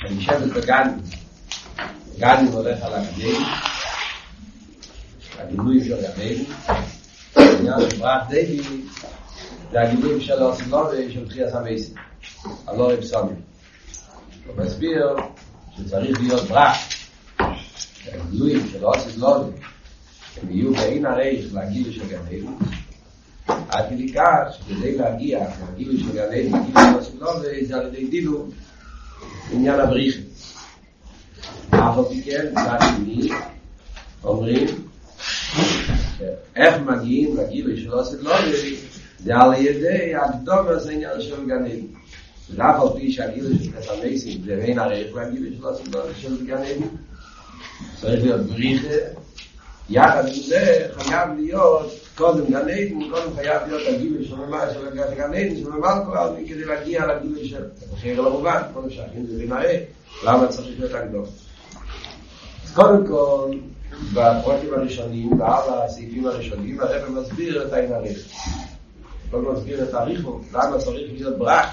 נשאבת בגנים. גנים הולך על הגנים, הגילויים של הגנים, העניין של ברח דבי, זה הגילויים של הסלובי של תחיית המייסים, הלורי פסומים. הוא מסביר שצריך להיות ברח, הגילויים של הסלובי, הם יהיו בעין הרייך להגיל של גנים, עד כדי כך שכדי להגיע להגיל של גנים, להגיל של הסלובי, זה על ידי דילו, עניין הבריחים. אף מכן, צד שני, אומרים, איך מגיעים לגיל של הסלובי, זה על ידי הקדום הזה עניין של גנים. ואף על פי שהגיל של המייסים זה בין הרייך והגיל של הסלובי של גנים, צריך להיות בריחה, יחד עם זה חייב להיות קודם גנים, קודם חייב להיות הגיל של גנים, של מלכו, כדי להגיע לגיל של אחר למובן, קודם שהכין זה בין הרייך, למה צריך להיות הקדום? קודם כל, בפרקים הראשונים, בעל הסעיפים הראשונים, הרב מסביר את העין הרייך. הוא מסביר את הריחו, למה צריך להיות ברח.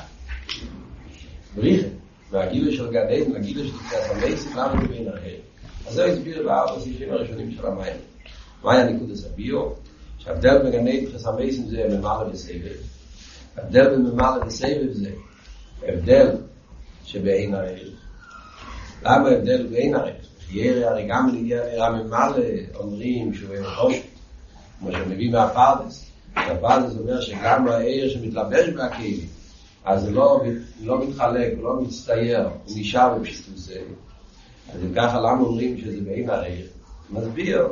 בריחה, והגיל של גנים, לגיל של המייסים, למה זה בין הרייך. אז זה הסביר בעל הסעיפים הראשונים של המים. מהי הנקודס הביו? שההבדל בין גני תחיית המייסים זה ממלא וסבב. ההבדל בין ממלא וסבב זה הבדל שבעין הרייך. למה ההבדל בעין הרייך? ירא הרי גם נגיע נראה ממלא אומרים שהוא חושך, כמו שמביא מהפרדס. הפרדס אומר שגם העיר שמתלבש בהכלים, אז זה לא מתחלק, לא מצטייר, הוא נשאר בפשיטוסי. אז ככה למה אומרים שזה בעין הרייך? מסביר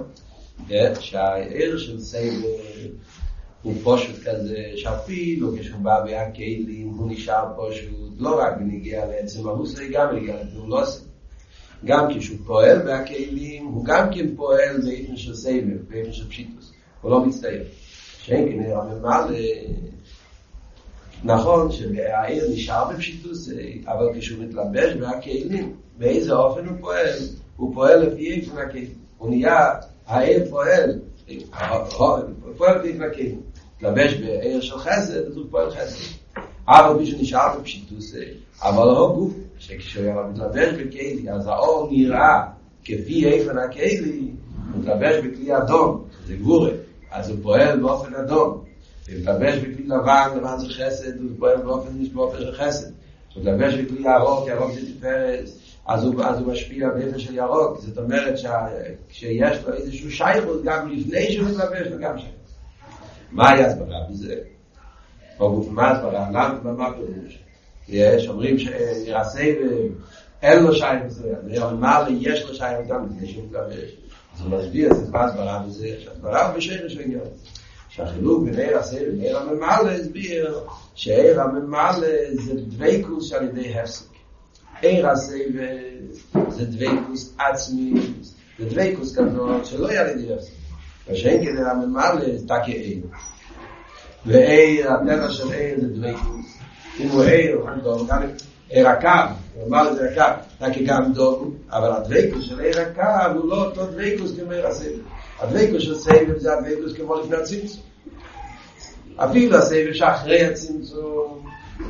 שהעיר של סבב הוא פשוט כזה שאפילו כשהוא בא בהכלים הוא נשאר פשוט לא רק בנגיע לעצם המוסי, גם בנגיע לפעולוסי. גם כשהוא פועל בהכלים הוא גם כן פועל באופן של סבב, באופן של פשיטוס, הוא לא מצטייר. שאין כנראה הממלא נכון שהעיר נשאר בפשיטוס, אבל כשהוא מתלבש בהכלים באיזה אופן הוא פועל? הוא פועל לפי איפן הכלים. הוא נהיה, העיר פועל לפי הכלים. מתלבש בעיר של חסד, אז הוא פועל חסד. אבל מי שנשאר בפשיטוס, אבל לא גוף, שכשהוא מתלבש בכלים, אז האור נראה כפי איפן הכלים, הוא מתלבש בכלי אדום, זה גבורה, אז הוא פועל באופן אדום. הוא מתלבש בכלי לבן, לבן זה חסד, הוא פועל באופן של חסד. הוא מתלבש בכלי ירוק, ירוק זה תפארת, אז הוא משפיע באופן של ירוק. זאת אומרת שיש לו איזשהו שייכות גם לפני שהוא מתלבש וגם שם. מה היה הסברה בזה? או מה הסברה? למה פירוש? יש אומרים שירסי אין לו שייכות, מה יש לו שייכות גם לפני שהוא מתלבש. אז הוא מסביר את הסברה בזה, שהסברה הוא בשרש ועניין. שהחילוק בין עיר הסבב ועיר הממלא הסביר שעיר הממלא זה דוויקוס שעל ידי הפסק. עיר הסבב זה דוויקוס עצמי, זה דוויקוס כזאת שלא יהיה על ידי הפסק. ושאין כדי הממלא זה תקי עיר. ועיר, הטבע של עיר זה דוויקוס. אם הוא עיר, הוא חנדום, גם עיר הקו, הממלא זה הקו, תקי גם דום, אבל הדוויקוס של עיר הקו הוא לא אותו דוויקוס כמו עיר הסבב. הדוויקוס של סבב זה הדוויקוס כמו לפני הצמצום. אפילו הסבב שאחרי הצמצום,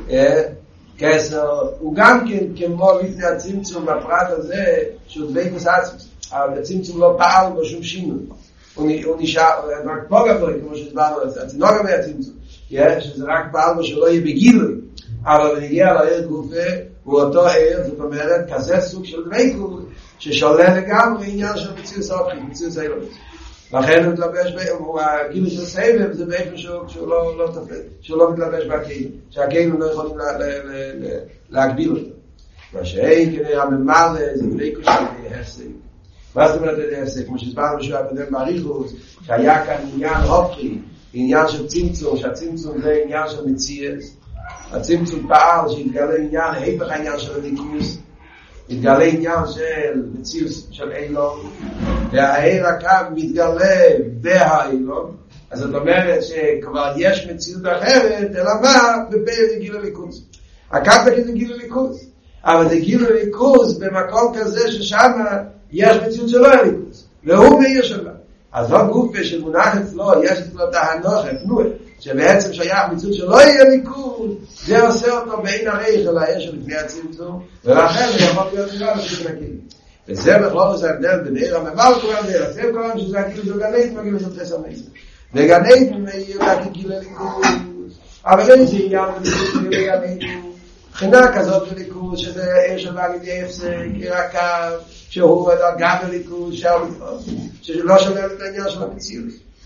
כסר, הוא גם כן כמו לפני הצמצום בפרט הזה, שהוא דוויקוס עצמי. אבל הצמצום לא פעל בו שום שינוי. הוא נשאר, רק פה גם דברים, כמו שהסברנו, הצינור גם היה צמצום. שזה רק פעל בו שלא יהיה בגילוי. אבל בנגיע לעיר גופה, הוא אותו עיר, זאת אומרת, כזה סוג של דוויקוס, ששולל לגמרי עניין של מציאות סופי, מציאות סיילות. לכן הוא מתלבש, הגילוי של סבב זה באופן שהוא לא מתלבש בהכלים, שהכלים לא יכולים להגביל אותו. מה שאין כנראה הממלא זה דוויקוס של הפסק. מה זאת אומרת הפסק? כמו שהסברנו בשביל הקודם באריכות, שהיה כאן עניין הופכי, עניין של צמצום, שהצמצום זה עניין של מציאות. הצמצום פעל שהתגלה עניין, היפך העניין של הליכוס, מתגלה עניין של מציאות של אילון, והעיר הקו מתגלה בהאילון, אז זאת אומרת שכבר יש מציאות אחרת, אלא מה? בפעם זה גיל הליכוס. הקו זה גיל הליכוס, אבל זה גיל הליכוס במקום כזה ששם יש מציאות שלא הליכוס, והוא בעיר שלה. אז לא גופה שמונח אצלו, יש אצלו תהנוך, תנועה, שבעצם שייך מציאות שלא יהיה ליכוס, זה עושה אותו בעין הרייך אל האש לפני הצמצום, ולכן זה יכול להיות נראה לשוק נקים. וזה בכלול זה הבדל בין עיר הממל כל הנדל, אז הם קוראים שזה הגילו של גנית מגיל של חסר מייסר. וגנית יהיה גיל הליכוז, אבל אין זה עניין לגנית. בחינה כזאת בליכוז, שזה אש של בעלי הפסק, רקב, שהוא גם בליכוז, שלא שולל את העניין של המציאות.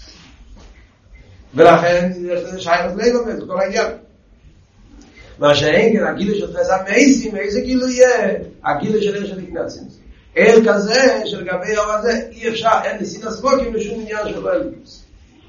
ולכן זה שייך ללמד, זה כל העניין. מה שאין כן, הגילו של חסר מייסים, איזה גילו יהיה? הגילו של אש הנקנצים. אל כזה, שלגבי יום הזה, אי אפשר, אין לסין הספוקים לשום עניין של הליכוז.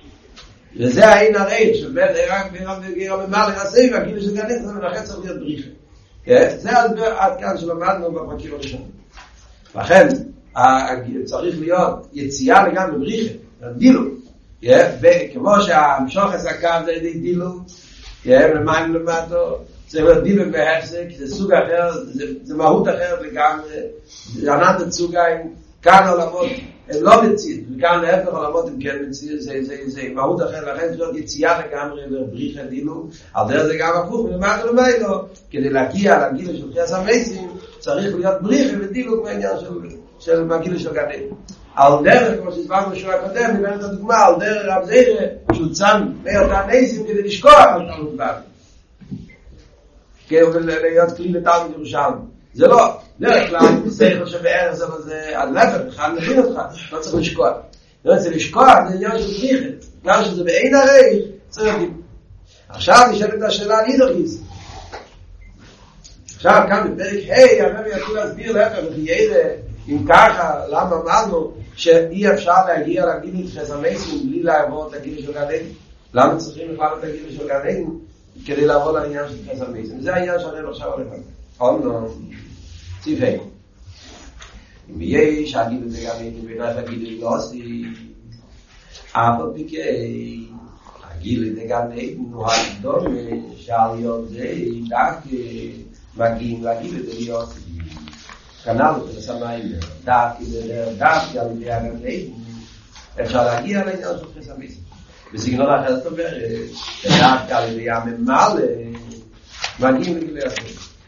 וזה העין הרי, של בית עירק וגיר הממל לנסי, והגיל של גנית, ולכן צריך להיות בריחה. זה עד כאן שלמדנו בפרקים הראשונים. לכן, צריך להיות יציאה לגמרי בריחה, דילו. וכמו שהמשוך הסקם זה ידי דילו, למים למטו, צריך להיות דילו בהפסק, זה סוג אחר, זה מהות אחרת לגמרי, זה ענת הצוגיים, כאן עולמות, הם לא מציאות, וכאן להפך עולמות הם כן מציאות, זה מהות אחרת, לכן צריך להיות יציאה לגמרי ובריחה דילו, על דרך זה גם הפוך, ולמעט ולמיילו, כדי להגיע לגיל של חסר מייסים, צריך להיות בריחה ודילו כמו העניין של מגיל של גנית. על דרך, כמו שהסברנו בשיעור הקודם, נביא את הדוגמה, על דרך רב זירא, שהוא צם מאותם נייסים כדי לשכוח על תלמוד בבלי. כאילו להיות כלי לתלמיד ירושלמי. זה לא, דרך כלל, שכל שבערך זה על נפש, בכלל נכין אותך, לא צריך לשכוח. לא צריך לשכוח, זה עניין של בריחת. גם שזה בעין הרי, צריך להגיד. עכשיו נשאלת השאלה על אידוריס. עכשיו כאן בפרק ה' הרבי יתחיל להסביר להפך, אם ככה, למה אמרנו שאי אפשר להגיע לגיל של חסר מייסים בלי לעבור את הגיל של גנית? למה צריכים בכלל את הגיל של גנית כדי לעבור לעניין של חסר מייסים? זה העניין שהרבי עכשיו הולך לזה. עוד ציף ה' אם יש הגיל הזה גנית ובנת הגיל לא עושים אבל פיקי הגיל הזה גנית נוהל דומה שעל יום זה דווקא מגיעים לגיל הזה להיות כנ"ל ולסמאים דווקא על ידי הגנית אפשר להגיע לעניין של חסר מייסים בסגנון אחר זאת אומרת דווקא על ידי הממלא מגיעים לגיל הזה.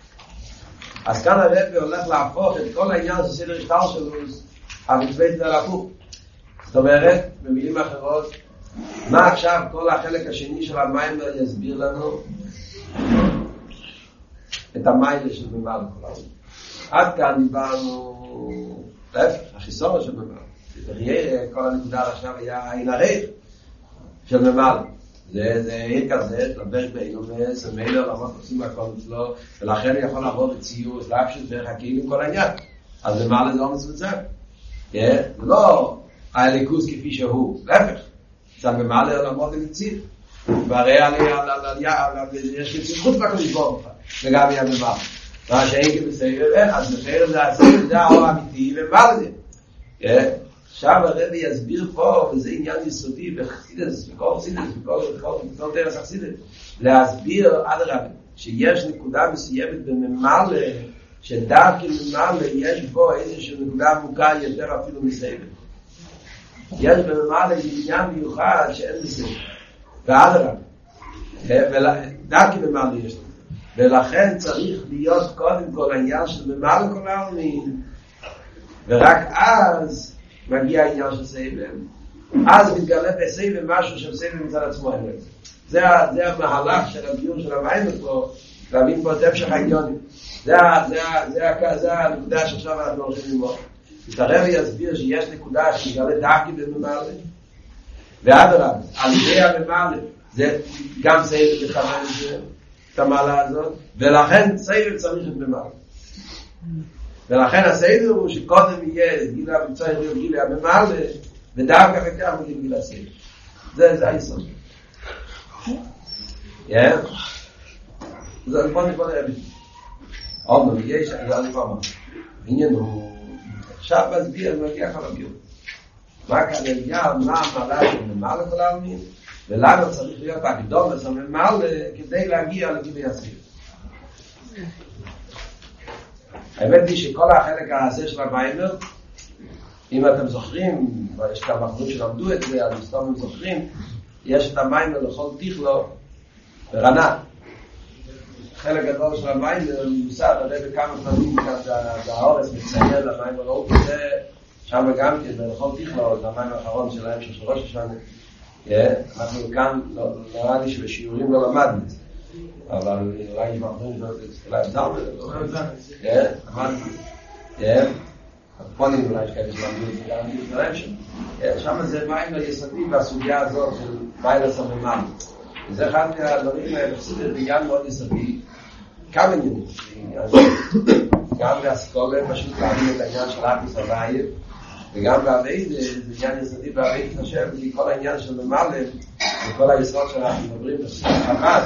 אז כאן הרבי הולך להפוך את כל העניין של סדר השטר שלו המצווה זה להפוך. זאת אומרת, במילים אחרות, מה עכשיו כל החלק השני של המים יסביר לנו את המים של ממל כולנו. עד כאן דיברנו להפך, החיסון של ממל. תראה, כל הנקודה עכשיו היה העין הרייך של ממל. זה עיר כזה, תלבש באילומס, ומילא לעמוד עושים הכל אצלו, ולכן הוא יכול לעבור בציור, להפשוט דרך הכלים כל העניין. אז למעלה זה לא מצומצם. זה לא הליכוז כפי שהוא, להפך. זה למעלה לעמוד בציר. והרי יש לי צמחות בקודש ברוך הוא, וגם יהיה במעלה. מה שאין כבסדר, אז בסדר זה האור האמיתי, ומעלה זה. עכשיו הרבי יסביר פה, וזה עניין יסודי בחסידות, בכל חסידות, בכל דרך החסידות, להסביר עד הרבי, שיש נקודה מסוימת בממלא, שדווקא ממלא יש בו איזושהי נקודה עמוקה יותר אפילו מסבב. יש בממלא עניין מיוחד שאין בסבב. ועד הרבי, דווקא ממלא יש לו. ולכן צריך להיות קודם כל העניין של ממלא כל העלמין, ורק אז מגיע העניין של סבב. אז מתגלה בסבב משהו של סבב מצד עצמו. זה המהלך של הביור של המים פה, להבין פה את המשך העניונים. זה הנקודה שעכשיו אנחנו הולכים ללמוד. הרבי יסביר שיש נקודה שמתגלה דווקא בממלא, ואדרבה, על ידי הממלא, זה גם סבב לכוון את המעלה הזאת, ולכן סבב צריך את ממלא. ולכן הסדר הוא שקודם יהיה גילה בצעיר גילה הממלא, ודווקא אחר כך מגיעים גילה סבב. זה היסוד. זה בוא נקרא לרבי. עוד לא, יש, אני כבר אמר. עניין הוא, עכשיו מסביר, מגיע כל הביור. מה כאן נגיע, מה המעלה של ממלא כל העלמין, ולמה צריך להיות הקדום של ממלא כדי להגיע לגילי הסבב. האמת היא שכל החלק הזה של המיימר, אם אתם זוכרים, ויש כמה אחרים שלמדו את זה, אז מסתובבים זוכרים, יש את המיימר לכל תכלו ברנה. חלק גדול של המים מיוסד על ידי בכמה פעמים והאורס מציין למים הלאומי זה שם גם כן בכל תכלול זה המים האחרון שלהם של ראש השנה אנחנו כאן נראה לי שבשיעורים לא למדנו אבל אולי אם אנחנו אולי זרמן הפונים אולי יש כאלה שלמדו את זה גם בישראל שם זה מים היסודי והסוגיה הזאת של מים הסממן וזה אחד מהדברים בגלל מאוד יסודי כמה עניינים גם באסכולה פשוט להבין את העניין של אפיס הבית וגם בעבד זה עניין יסודי בעבד חשב כי כל העניין של ממלם וכל היסוד שאנחנו מדברים בחב"ד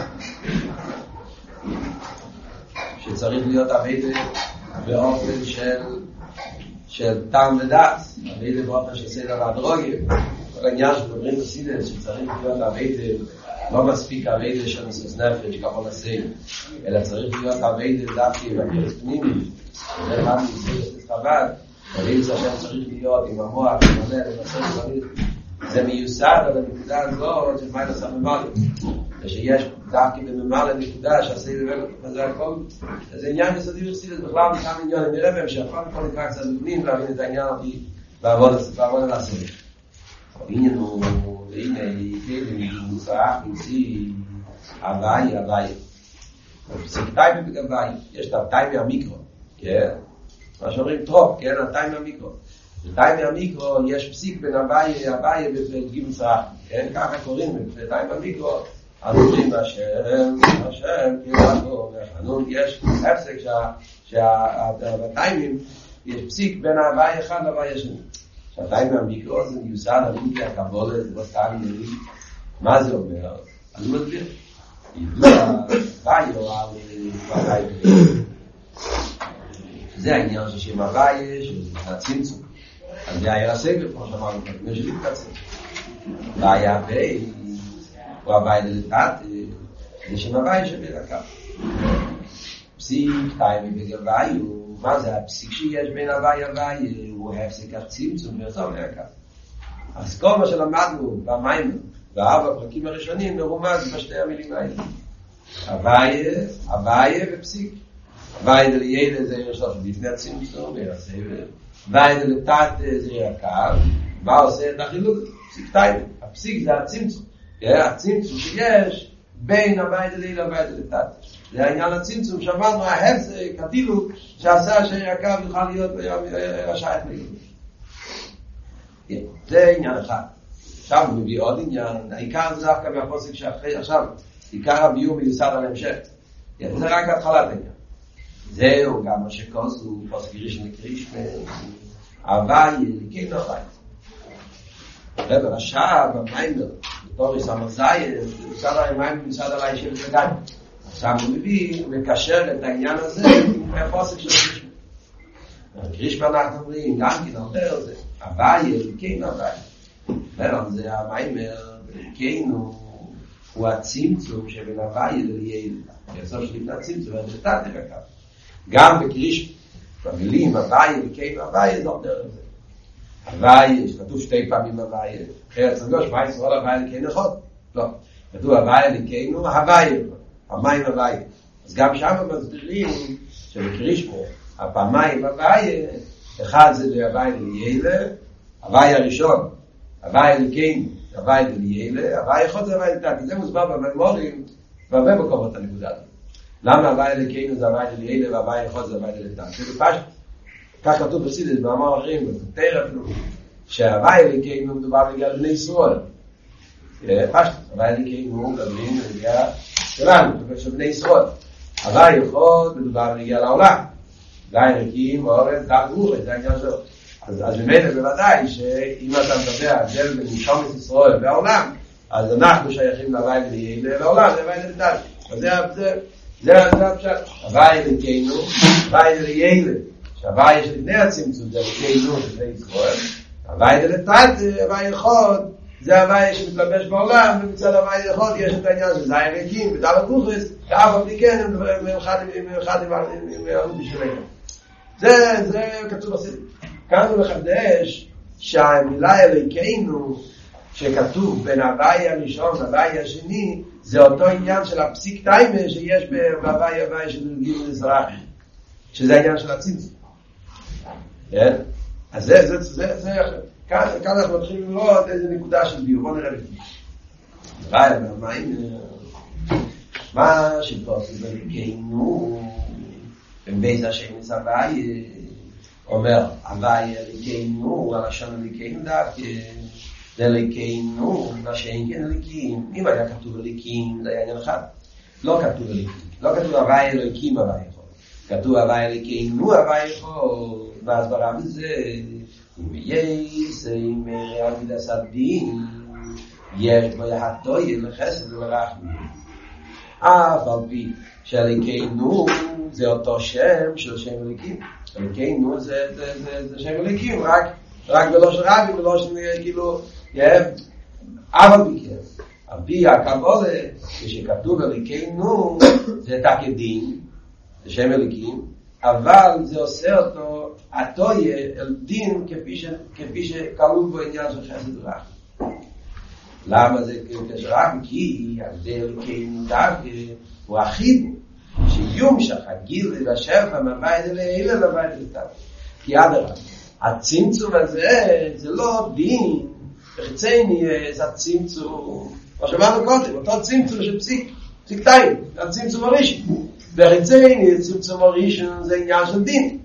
שצריך להיות עבד באופן של טעם ודעת עבד באופן של סדר והדרוגים כל העניין שמדברים בסידס שצריך להיות עבד לא מספיק עבד של מסוס נפש ככל הסדר אלא צריך להיות עבד דווקא בקרס פנימי זה אחד מסוס חב"ד עבד השם צריך להיות עם המוח ומנה למסוס צריך זה מיוסד על הנקודה הזאת של מים הסממלת ושיש דווקא בממלת נקודה שהסדר וזה הכל זה עניין יסודי וחסידות בכלל מכמה עניין נראה בהמשך כל נקרא קצת בפנים להבין את העניין בעבוד על הסדר העניין הוא והנה כלים מוסרח נמציא הוואי פסיק טיימי בגוואי יש את הטיימי המיקרו מה שאומרים טרופ הטיימי המיקרו בטיימי המיקרו יש פסיק בין הוואי ובגיל מוסרח ככה קוראים בטיימי המיקרו אז אומרים השם כאילו והחנון יש הפסק שהטיימים יש פסיק בין הוואי אחד להוואי השני שהטיימי המיקרו זה מיוסד על מיקי הקבולת ובסטן עניינים מה זה אומר? אז הוא מסביר ידוע הוואי או הוואי זה העניין ששם הוואי שזה הצמצום אז זה היה הסגל כמו שאמרנו כמו שלהתקצר הוואי הוואי הוא הוואי ללתת זה שם הוואי שבלקה פסיק טיימי בגוואי מה זה הפסיק שיש בין הוואי הוואי הוא הפסיק הצמצום ורצום להקה אז כל מה שלמדנו במים וארבע הפרקים הראשונים מרומז בשתי המילים האלה הוואי ופסיק הוואי דליילה זה ירשוף בפני הצמצום הוואי דלתת זה יקר מה עושה את החילוק? פסיק טיימי הפסיק זה הצמצום הצמצום שיש בין הוואי דליילה והוואי דלתת זה העניין הצמצום שאמרנו ההפסק, הדילוק שעשה שהיקר יוכל להיות רשאי את מילוי זה עניין אחד עכשיו הוא מביא עוד עניין העיקר זה דווקא מהפוסק שאחרי עכשיו עיקר הביור מיוסד על המשך זה רק התחלת העניין זהו גם מה שקוסו פוסק ראשון לקרישמה הוואי לכן הוואי רב עכשיו המיימר בתור יסמר זיין מיוסד על המיימר מיוסד על הישב וגן עכשיו הוא מביא ומקשר את העניין הזה עם הפוסק של קרישמה קרישמה אנחנו אומרים גם כן אומר זה הוואי לכן הוואי זה המיימר לכנו הוא הצמצום שבין הוואי ללייל בסוף שלפני הצמצום והדלתת דרקה גם בקרישמה במילים הוואי לכן הוואי זה אומר את זה הוואי שכתוב שתי פעמים הוואי אחרת סגוש מה ישראל הוואי לכן אחד לא כתוב הוואי לכנו הוואי פעמיים הוואי אז גם שם מסבירים שבקרישמה הפעמיים הוואי אחד זה הוואי ללייל הוואי הראשון הוואי לכנו הוואי ללייל הוואי אחד זה הוואי לתת זה מוסבר בממורים והרבה מקומות הנקודה הזאת למה הוואי לכנו זה הוואי ללייל והוואי אחד זה הוואי לתת זה פשוט כך כתוב בסידס במאמר אחרים בתרא אפילו שהוואי לכנו מדובר בגלל בני ישראל פשוט הוואי לכנו מדברים בגלל שלנו של בני ישראל הוואי אחד מדובר בגלל העולם הוואי אלוקים ואורץ דת רוח זה העניין שלו אז באמת בוודאי שאם אתה מדבר על ג'ל בין נשמת ישראל והעולם אז אנחנו שייכים להוואי ללייל והעולם זה הוואי לתת אז זה הפשט הוואי לכנו הוואי ללייל שהוואי יש לפני הצמצום זה לכנו של בני ישראל הוואי לתת הוואי אחד זה הוואי שמתלבש בעולם ומצד הוואי אחד יש את העניין של זין ריקים ודבר כוחס ואף על מכן הם אחד עם הרוב שלהם זה כתוב בסדר כאן הוא מחדש שהמילה אליקנו שכתוב בין הוואי הראשון והוואי השני, זה אותו עניין של הפסיק טיימה שיש בהוואי של גיל מזרחי, שזה העניין של הצמצום. אז זה כאן אנחנו מתחילים לראות איזה נקודה של ביור. בואו נראה לפני. הוואי והמים, מה שפוסק בליקנו, בבית השם הוואי, אומר, הוואי הליקנו, הלשון הליקנו דווקא, לליקנו, מה שאין כן הליקים. אם היה כתוב הליקים, זה היה עניין אחד. לא כתוב הליקים. לא כתוב הוואי הליקים, הוואי יכול. כתוב הוואי הליקנו, הוואי יכול. והסברה מזה, אם יש, אם ריאל מידס הדין, יש בו יחתוי לחסד ולרחמים. אף על פי שהליקנו זה אותו שם של שם הליקים. הליקנו זה שם הליקים, רק בלושן רבי, בלושן כאילו, אבל מכן, על פי הקבולה, כשכתוב הליקנו, זה תקדין, זה שם הליקים, אבל זה עושה אותו התויה אל דין כפי שכלול בו עניין של חסד ורחמים. למה זה כשרחם? כי ההבדל הליקנו דווקא הוא החיבור, שיומשך הגיל והשפע מהבית אלה לבית לתת. כי אדרבה, הצמצום הזה זה לא דין, בחצייני זה הצמצום, מה שאמרנו קודם, אותו צמצום של פסיק טיים, הצמצום הראשון. בחצייני צמצום הראשון זה עניין של דין,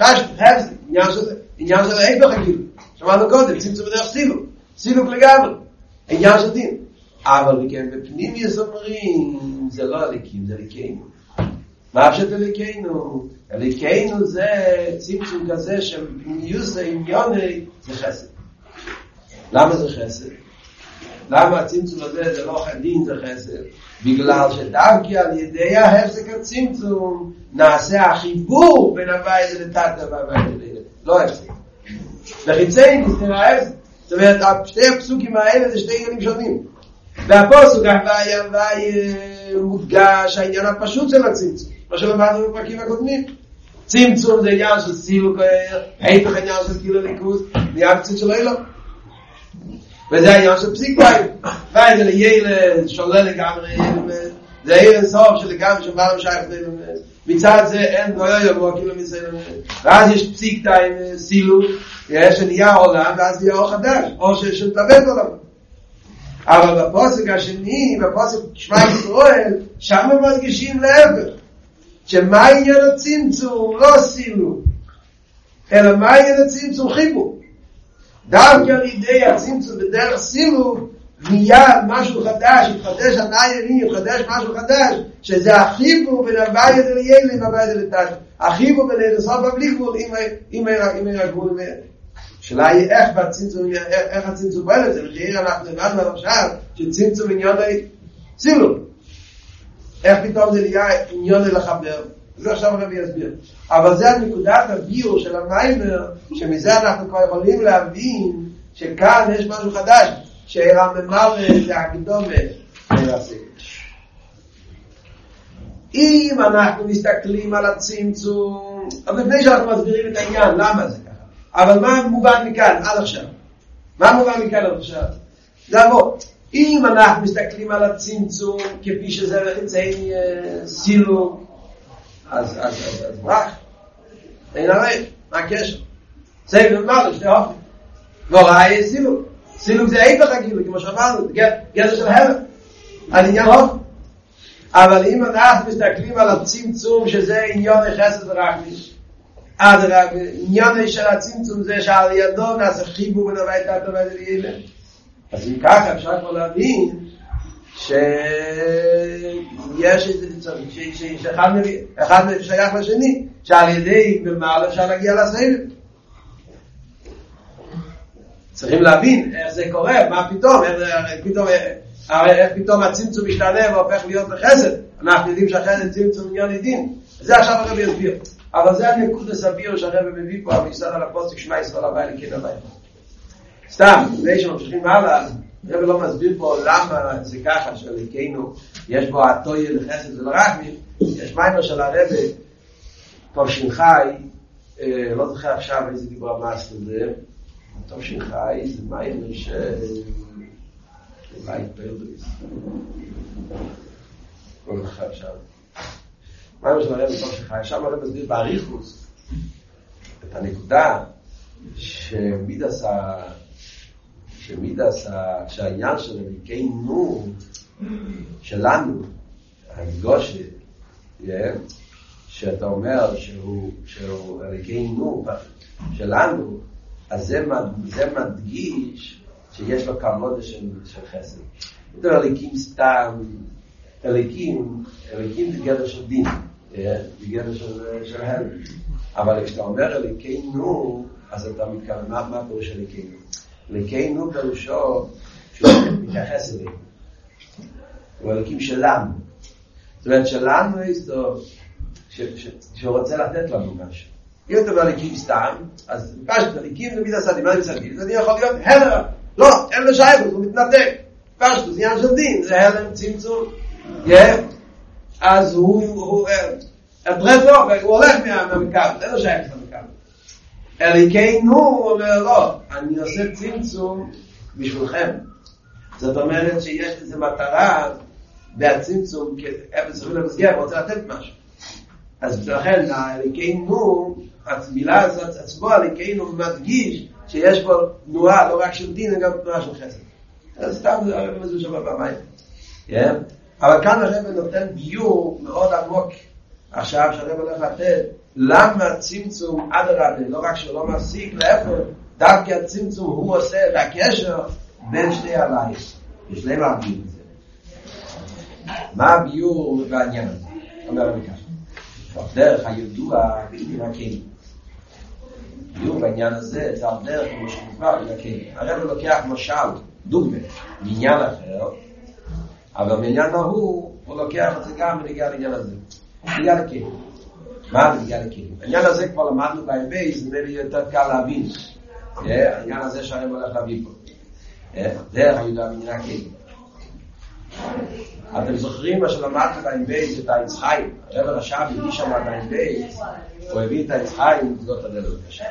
עניין של ההפך הגיל. שאמרנו קודם, צמצום בדרך סילוק לגמרי, עניין של דין. אבל וכן בפנים יסומרים, זה לא הליקים, זה הליקנו. מה פשוט הליקנו? הליקנו זה צמצום כזה שבפניוס העניוני זה חסד. למה זה חסד? למה הצמצום הזה זה לא דין, זה חסד? בגלל שדווקא על ידי ההפסק הצמצום נעשה החיבור בין הבית לתת והבית לילד. לא הפסק. בחיצי נסתר ההפסק. זאת אומרת, שתי הפסוקים האלה זה שתי עניינים שונים. והפוסק הוואי מודגש העניין הפשוט של הצמצום. מה שלמדנו בפרקים הקודמים. צמצום זה עניין של סילוק, ההפך עניין של כאילו ליכוז, נהיה קצת של אילו. וזה העניין של פסיק בית. ואי זה לילד, שולל לגמרי, זה אילן סוף שלגמרי שבא למשייך לילד. מצד זה אין גוי יבוא כאילו מסילם. ואז יש פסיק טיים, סילוק, שנהיה עולם, ואז נהיה אור חדש, או שמתלבט עולם. אבל בפוסק השני, בפוסק שמע ישראל, שם הם מדגישים לעבר. שמה עניין הצמצום? לא סילוק. אלא מה עניין הצמצום? חיבור. דווקא על ידי הצמצום בדרך סילוק, מיד משהו חדש, יתחדש הנעיינים, יתחדש משהו חדש, שזה החיבור בין הבית אל ילד והבית אל תת. החיבור בין הסוף הבלי גבול, אם אין הגבול מהם. השאלה היא איך הצמצום פועל את זה, וכי אנחנו למדנו עכשיו שצמצום עניוני סילוק. איך פתאום זה נהיה עניוני לחבר? זה עכשיו הרבי יסביר. אבל זה הנקודת הביור של המיימר, שמזה אנחנו כבר יכולים להבין שכאן יש משהו חדש, שהרממר זה הקדומה לעשות. אם אנחנו מסתכלים על הצמצום, אבל לפני שאנחנו מסבירים את העניין, למה זה ככה? אבל מה מובן מכאן עד עכשיו? מה מובן מכאן עד עכשיו? זה עבור. אם אנחנו מסתכלים על הצמצום כפי שזה לחצי סילוק, אז ברח. אין הרי, מה הקשר? סייב ומעלה, שתי אופן. לא ראי סילוק. סילוק זה איפך הגילו, כמו שאמרנו, גדר של הלם. על עניין אופן. אבל אם אנחנו מסתכלים על הצמצום שזה עניון חסד ורחמים, אז עניון של הצמצום זה שעל ידו נעשה חיבור בין הבית תת ובית לילד. אז אם ככה אפשר כבר להבין שיש שאחד שייך לשני, שעל ידי במעלה אפשר להגיע לסבב. צריכים להבין איך זה קורה, מה פתאום, איך פתאום הצמצום משתנה והופך להיות לחסד. אנחנו יודעים שהחסד צמצום עניון דין. זה עכשיו הרבי יסביר. אבל זה הנקודה סביר שהרבי מביא פה, אבל יסד על הפוסק שמע ישראל הוואי לכן הוואי. סתם, לפני שממשיכים הלאה, הרבי לא מסביר פה למה זה ככה שלכנו יש בו התויה לחסד ולרחמים. יש מיימר של הרבי, תושנחי, לא זוכר עכשיו איזה דיבור המאסטר זה, תושנחי זה מיימר אולי פרדריס. כל אחד שם. מה יש לרב בתוך שלך? שם הרב מסביר באריכוס את הנקודה שהעניין של אלוקינו שלנו, המגושת, שאתה אומר שהוא אלוקינו שלנו, אז זה מדגיש שיש לו כבוד של חסד. זה אלוקים סתם, אלוקים זה גדר של דין, זה גדר של הלם. אבל כשאתה אומר אלוקינו, אז אתה מתכוון, מה פירוש אלוקינו? אלוקינו פירושו שהוא מתייחס אלינו. הוא אלוקים שלנו. זאת אומרת, שלנו שהוא רוצה לתת לנו משהו. אם אתה אומר אלוקים סתם, אז פשוט אלוקים זה מידה סדים, מה זה סדים? זה יכול להיות הלם. לא, אין לו שייכות, הוא מתנתק. פשוט, זה עניין של דין, זה הלם, צמצום. אז הוא הפרטו, הוא הולך מהמקבל, אין לו שייכות למקבל. אלוקינו אומר לא, אני עושה צמצום בשבילכם. זאת אומרת שיש לזה מטרה בהצמצום, כאפס צריכים למסגר, הוא רוצה לתת משהו. אז לכן, אלוקינו, המילה הזאת עצמו, אלוקינו מדגיש שיש פה תנועה, לא רק של דין, גם תנועה של חסד. אז סתם הרב מזו שם במים. אבל כאן הרב נותן ביור מאוד עמוק, עכשיו שהרב הולך לתת, למה צמצום עד הרבה, לא רק שלא מפסיק, להפך, דווקא הצמצום הוא עושה את הקשר בין שני הליים. יש להם להבין את זה. מה הביור בעניין הזה? אומר הרב ככה. דרך הידוע בלתי רכים. ביור בעניין הזה, זה על דרך כמו שמוסבר בלתי רכים. הרב לוקח משל, דוגמה, בעניין אחר, אבל בעניין ההוא, הוא לוקח את זה גם בנגיע לעניין הזה. בנגיע לכלים. מה בנגיע לכלים? העניין הזה כבר למדנו בהבייס, נראה לי יותר קל להבין. העניין הזה שהרב הולך להביא פה. דרך הידוע בעניין הכלים. אתם זוכרים מה שלמדנו בהבייס את העץ חיים? הרב הרש"ב הביא שם בהבייס, הוא הביא את העץ חיים, זאת הדרך הקשה.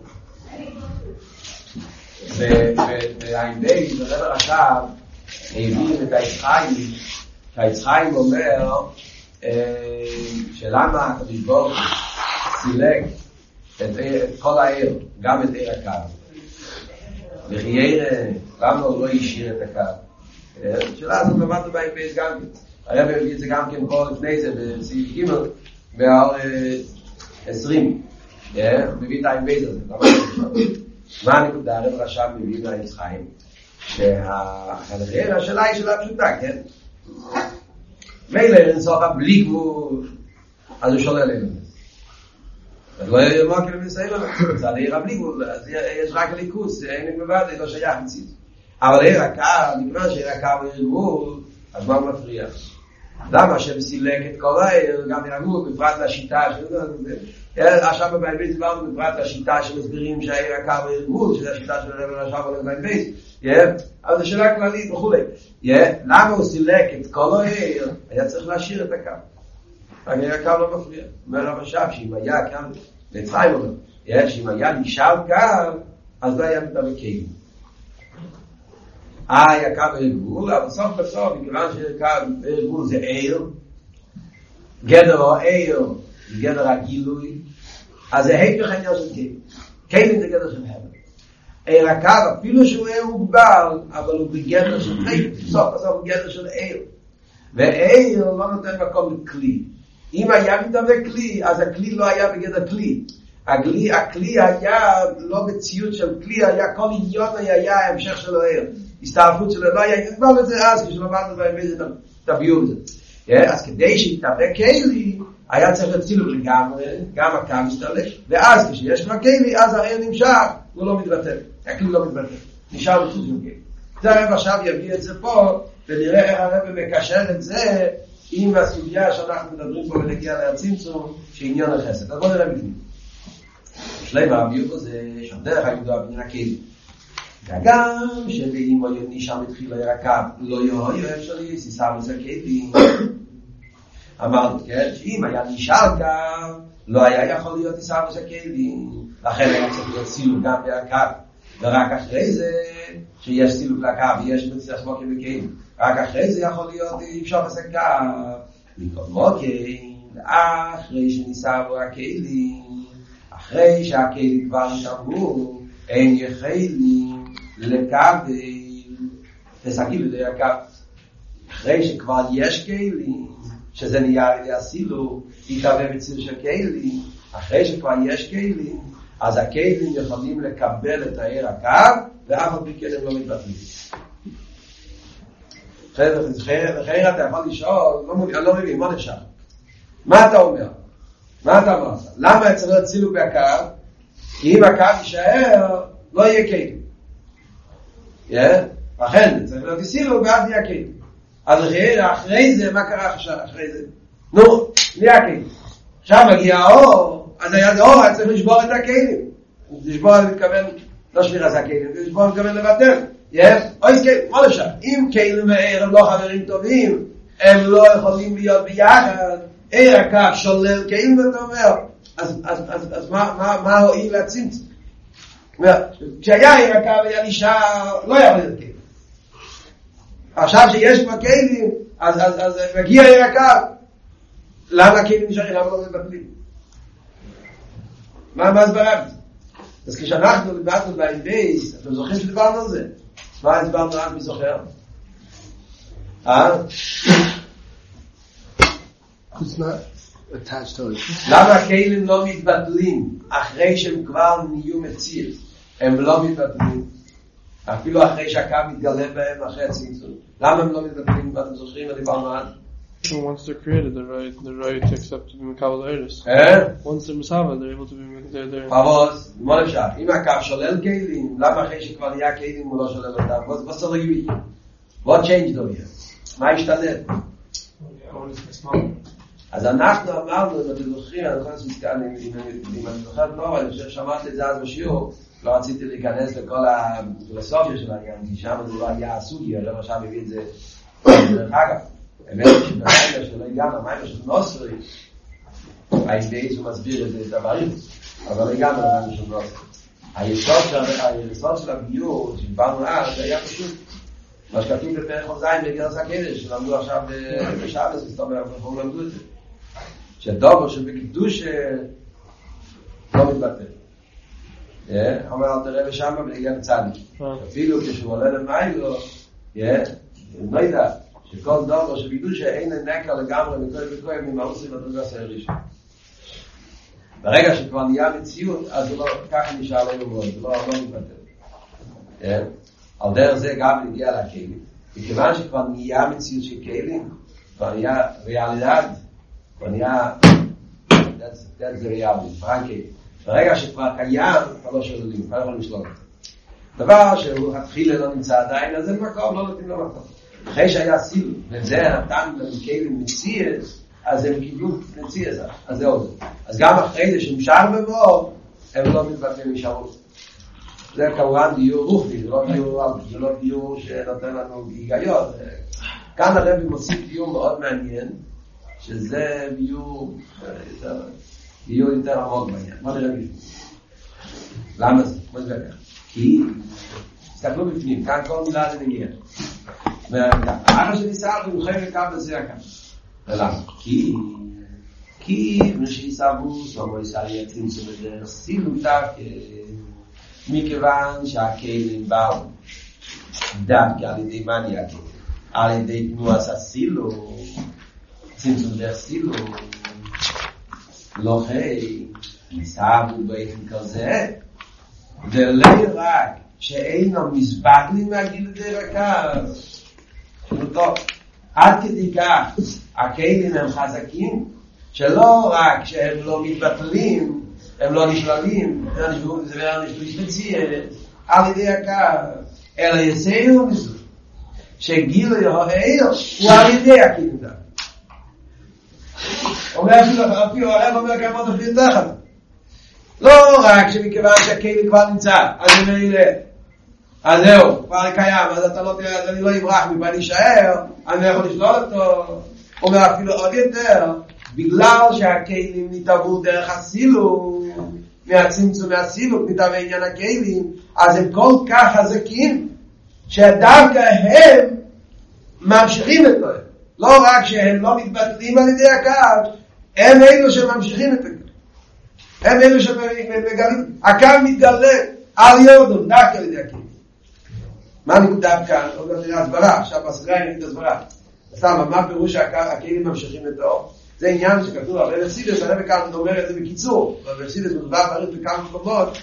והבייס, הרב הרש"ב, הביא את העץ חיים, שהעץ חיים אומר שלמה הקדוש ברוך הוא סילק את כל העיר, גם את עיר הקו. וכי למה הוא לא השאיר את הקו? שאלה הזאת למדנו בהבייס גם כן. הרב הביא את זה גם כן פה לפני זה בסעיף ג' באור 20. מביא את ההבייס הזה. מה הנקודה? הרב הרש"ב מביא מהעץ חיים שהחלחיר השאלה היא שאלה פשוטה, כן? מילא אין סוף בלי גבול, אז הוא שולל אלינו. אז לא יהיה מה כאילו מסיים עליו. זה עיר בלי גבול, אז יש רק ליכוס, אין לבד, לא שייך מציד. אבל עיר הקו, מכיוון שעיר הקו הוא עיר גבול, אז מה הוא מפריע? למה שמסילק את כל העיר, גם עיר הגבול, בפרט לשיטה עכשיו בבית דיברנו בפרט לשיטה שמסבירים שהעיר הקו הוא עיר גבול, שזה השיטה של הרב הרש"ב הולך בבית. אבל זו שאלה כללית וכולי. למה הוא סילק את כל העיר? היה צריך להשאיר את הקו. העיר הקו לא מפריע. אומר הרב הרש"ב שאם היה כאן, וצחיים אומר, שאם היה נשאר קו, אז לא היה מתאבקים. היה קו עיר גבול, אבל בסוף, מכיוון שעיר גבול זה עיר, גדר או עיר, זה גדר הגילוי, אז זה היפך העניין של קיילים. קיילים זה גדר של הבל. עיר הקו, אפילו שהוא עיר מוגבל, אבל הוא בגדר של חיים, בסוף הוא בגדר של עיר. ועיר לא נותן מקום לכלי. אם היה מתאבק כלי, אז הכלי לא היה בגדר כלי. הכלי היה לא בציוד של כלי, היה כל עניון היה המשך שלו עיר. הסתעפות שלו לא היה, כבר לזה אז, כשלמדנו בהם את הביור הזה. אז כדי שיתאבק כלי, היה צריך לצילוק לגמרי, גם הקו מסתלק, ואז כשיש כבר כלי, אז העיר נמשך, הוא לא מתבטל. הכלי לא מתבטל. נשאר בחוץ מכלי. זה הרב עכשיו יביא את זה פה, ונראה איך הרב מקשר את זה עם הסוגיה שאנחנו מדברים פה ונגיע לצמצום, שעניין החסד. אז בוא נראה בגלל. שלם הביור הזה, שדרך הידוע בעניין הכלים. וגם שבאים או יוני שם התחיל הירקב, לא יהיו אפשרי, סיסה מסקייבים. אמרנו, כן, שאם היה נשאר גם, לא היה יכול להיות סיסה מסקייבים. לכן היה צריך להיות סילוק גם בירקב. ורק אחרי זה, שיש סילוק לקו ויש מצליח מוקים וכלים. רק אחרי זה יכול להיות אפשר לעשות קו. מכל מוקים, אחרי שניסה הכלים, אחרי שהכלים כבר נתאמרו, הם יכולים לקבל תסקים לידי הקו. אחרי שכבר יש כלים, שזה נהיה על ידי הסילוק, יתהווה מציר של כלים, אחרי שכבר יש כלים, אז הכלים יכולים לקבל את העיר הקו, ואף על פי כן הם לא מתבטלים. אחרי אתה יכול לשאול, אני לא מבין, מה נשאר? מה אתה אומר? מה אתה אמרת? למה צריך להיות סילוק בקו? כי אם הקו יישאר, לא יהיה כלים. לכן, צריך להיות סילוק ואז יהיה כלים. אז אחרי זה, מה קרה אחרי זה? נו, נהיה כלים. עכשיו מגיע האור, אז היה אור, היה צריך לשבור את הכלים. לשבור מתכוון, לא שליחה זה הכלים, לשבור מתכוון לבטל. אוי, מה לשם? אם כלים ועיר הם לא חברים טובים, הם לא יכולים להיות ביחד, עיר הקו שולל כלים ואתה אומר, אז מה הועיל הצמצום? כשהיה עיר הקו היה נשאר, לא יכול להיות כלים. עכשיו שיש כבר כלים, אז מגיע עיר הקו, למה כלים נשארים? למה לא מבטלים? מה הסברה בזה? אז כשאנחנו לימדנו באינבייס, אתם זוכרים שדיברנו על זה? מה הסברנו רק מי זוכר? It's not attached to it. למה הכלים לא מתבטלים אחרי שהם כבר נהיו מציר? הם לא מתבטלים. אפילו אחרי שהקו מתגלה בהם, אחרי הצמצום. למה הם לא מתבטלים? אתם זוכרים? דיברנו על? Once they're created, they're ready to accept to be Mekabel Eris. Once they're Masava, they're able to be אז, מה אפשר? אם הקו שולל כלים, למה אחרי שכבר נהיה כלים הוא לא שולל אותם? What's the review? What changed over here? מה השתנה? אז אנחנו אמרנו, אם אתם זוכרים, אני יכול לספר, אם אני זוכר טוב, אני חושב ששמעתי את זה אז בשיעור, לא רציתי להיכנס לכל הפילוסופיה של העניין, כי שם זה לא היה הסוגי, אבל עכשיו הביא את זה דרך אגב. האמת שבמיילה שלא הגענו, המיילה של נוסרי, האינדייס הוא מסביר את זה דברים, אבל הגענו למיילה של נוסרי. היסוד של הביור, שדיברנו אז, זה היה פשוט. מה שכתוב בפרק חוזיים בגרס הקדש, שלמדו עכשיו בשבס, זאת אומרת, אנחנו למדו את זה. שדובר שבקדוש לא מתבטל. אומר אל תראה בשם בנגיע צדיק. אפילו כשהוא עולה למיילו, לא יודע, שכל דובר שבקדוש אין נקר לגמרי מכוי וכוי ממאוסים הדרגה הראשון. ברגע שכבר נהיה מציאות, אז הוא לא, ככה נשאר לא יבוא, זה לא מתבטל. על דרך זה גם נגיע לכלים. מכיוון שכבר נהיה מציאות של כלים, כבר נהיה ריאלידד, כבר נהיה, that's the reality, פרנקי. ברגע שכבר קיים, כבר לא שוללים, כבר יכול לשלול. דבר שהוא התחילה לא נמצא עדיין, אז אין מקום, לא נותנים לו מקום. אחרי שהיה סיל, וזה נתן לכלים מציאות, אז הם קיבלו מציאות, אז זהו זה. אז גם אחרי זה שמשאר בבוא, הם לא מתבטלים משארות. זה כמובן דיור רוחני, זה לא דיור שנותן לנו היגיון. כאן הרבי מוסיף דיור מאוד מעניין, שזה דיור יותר עמוק בעניין. מה נראה בפנים? למה זה? מה זה כך? כי, תסתכלו בפנים, כאן כל מילה זה נגיע. ואחר שניסה, הוא חייב לקו בזה כאן. ולמה? כי משיסבו, סומו ישראל צמצום בדרך סילוק דווקא, מכיוון שהכלים באו דווקא על ידי מניה, על ידי תנועת הסילוק, צמצום דרך סילוק, לא ניסבו באופן כזה, ולא רק שאינו מסבטלים מהגיל דרכיו. טוב, עד כדי כך הכלים הם חזקים, שלא רק שהם לא מתבטלים, הם לא נשללים, זה לא נשללים על ידי הקו, אלא יסיינו מזה, שגילו יהוהר הוא על ידי הכלים דם. אומר אפילו הרב אומר כמות אפילו תחת. לא רק שמכיוון שהכלים כבר נמצא, אז אז זהו, כבר קיים, אז אתה לא תראה, אז אני לא אברח מפה להישאר, אני לא יכול לשלול אותו. אומר אפילו עוד יותר, בגלל שהכלים נתעברו דרך הסילוק, מהצמצום מהסילוק, מתעבר עניין הכלים, אז הם כל כך חזקים, שדווקא הם ממשיכים את זה. לא רק שהם לא מתבטלים על ידי הקו, הם אלו שממשיכים את הקו. הם אלו שמגלים, הקו מתגלה על יורדון, דווקא על ידי הקו. מה נקודה כאן? עוד לא נראה הסברה, עכשיו בסגרה נגיד הסברה. סתם, מה פירוש שהכלים ממשיכים את האור? זה עניין שכתוב הרבה בחסידות, אני בכאן אומר את זה בקיצור, בחסידות מדובר דברים בכמה מקומות,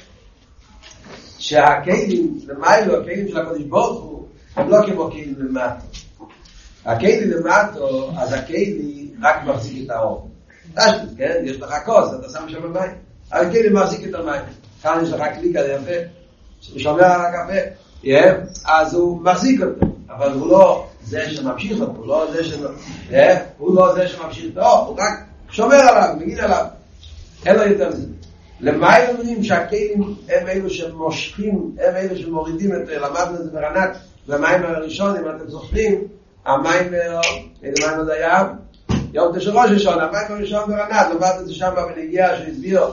שהכלים, למיילו, הכלים של הקדוש ברוך הוא, הם לא כמו כלים למטו. הכלים למטו, אז הכלים רק מחזיק את האור. כן? יש לך כוס, אתה שם שם במים. הכלים מחזיק את המים. כאן יש לך כלי כזה יפה, ששומר על הקפה. אז הוא מחזיק אותו, אבל הוא לא זה שממשיך אותו, הוא לא זה שממשיך אותו, הוא רק שומר עליו, מגיד עליו. אין לו יותר מזה. למה הם אומרים שהכלים הם אלו שמושכים, הם אלו שמורידים את, למדנו את זה ברנת, במים הראשון, אם אתם זוכרים, המים הזה היה יום תשרוש ראשון, המים הראשון ברנת, למדנו את זה שם בנגיעה שהסביר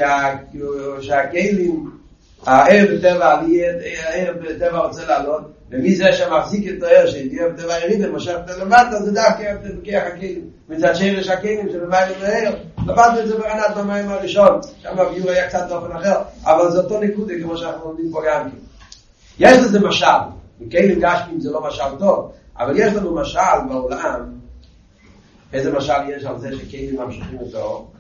שהכלים, הער בטבע עליית, הער בטבע רוצה לעלות, ומי זה שמחזיק את הער שהגיע בטבע יריד, למשך למטה, זה דווקא בכיח הכלים, מצד שרש הכלים שבמים לער, למדנו את זה ברנת במים הראשון, שם הביור היה קצת באופן אחר, אבל זה אותו נקודה כמו שאנחנו לומדים פה גם. יש לזה משל, וכלים גשמים זה לא משל טוב, אבל יש לנו משל בעולם, איזה משל יש על זה שכלים ממשיכים את האור?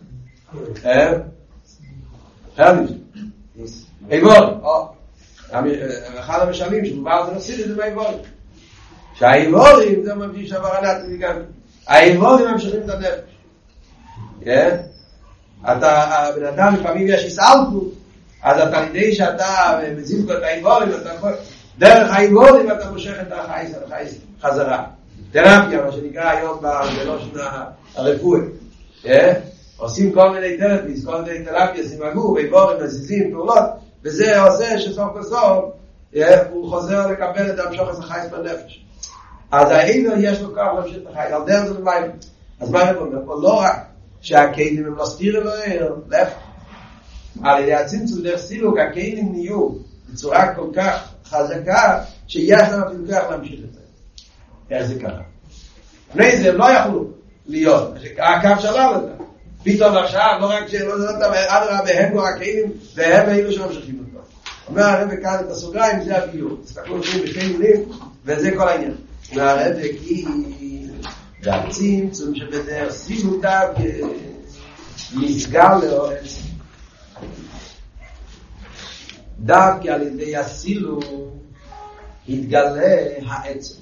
איבורים, אחד המשלים שמובא זה נפסיד את זה באיבורים, שהאיבורים זה ממשיך שברנת גם האיבורים ממשיכים את הנפש. הבן אדם לפעמים יש הסעלקות, אז אתה לידי שאתה מזיז את האיבורים, דרך האיבורים אתה מושך את החייס חזרה. תרפיה, מה שנקרא היום בלושן הרפואי. עושים כל מיני תרפיס, כל מיני תרפיה, עם הגוף, איבורים, מזיזים, פעולות, וזה עושה שסוף בסוף הוא חוזר לקבל את המשוך את החייס בנפש. אז האיבר יש לו כוח להמשיך את החייס, על דרך זה במים. אז מה אני אומר פה? לא רק שהכלים הם לא סתירים אלוהים, להפך. על ידי הצמצום דרך סילוק, הכלים נהיו בצורה כל כך חזקה, שיש להם אפילו כוח להמשיך את זה. איך זה ככה? לפני זה הם לא יכולו להיות, הקו שלל אותם. פתאום עכשיו, לא רק שלא זאת אותם, אדרה והם לא הכלים, והם אלו שממשיכים אותו. אומר הרב כאן את הסוגריים, זה הביור. תסתכלו אותם בשתי מילים, וזה כל העניין. אומר הרב כי והצמצום שבדרך סילותיו מסגר לאורץ. דווקא על ידי הסילוק התגלה העצם.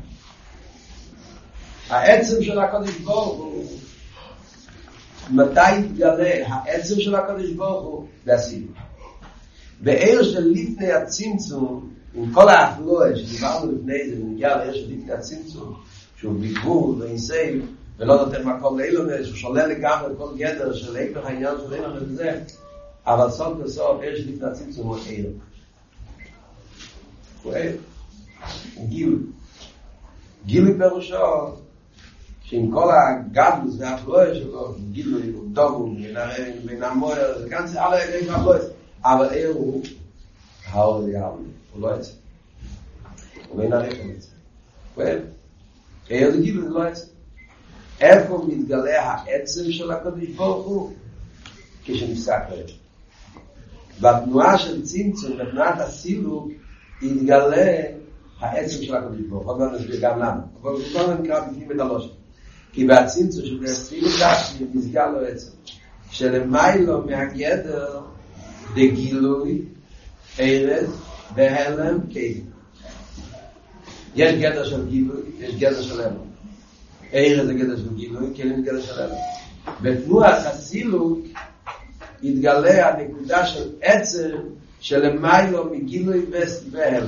העצם של הקדוש ברוך הוא, מתי התגלה העצם של הקדוש ברוך הוא? והסילוק. בעיר של לפני הצמצום, עם כל האפלואה שדיברנו לפני זה, ונגיע לעיר של לפני הצמצום, שהוא ביגור ואינסייב, ולא נותן מקום לאילונס, הוא שולל לגמרי כל גדר של איפך העניין של אילונס וזה, אבל סוף בסוף עיר של לפני הצמצום הוא עיר. הוא עיר. הוא גילוי. גילוי פירושו, שעם כל הגדלוס והאפלואה שלו, גילוי, הוא דוגו, בין המויר, זה כאן זה על היגעים והאפלואה. אבל עיר הוא האור ליאלמי, הוא לא עצם. הוא בין הרחם עצם. הוא עיר. עיר זה גילוי, זה לא עצם. איפה מתגלה העצם של הקדוש ברוך הוא? כשנפסק להם. בתנועה של צמצום, בתנועת הסילוק, יתגלה העצם של הקדוש ברוך הוא. עוד נסביר גם למה. אבל כל נקרא בפנים את הלושן. כי בהצמצום של הסילוק דשני נסגר לו עצם. שלמיילו מהגדר דגילוי, ערב, בהלם, קיים. יש גדר של גילוי, יש גדר של הלם. ערב זה גדר של גילוי, כלים גדר של הלם. בתנועת הסילוק יתגלה הנקודה של עצם שלמיילו מגילוי והלם.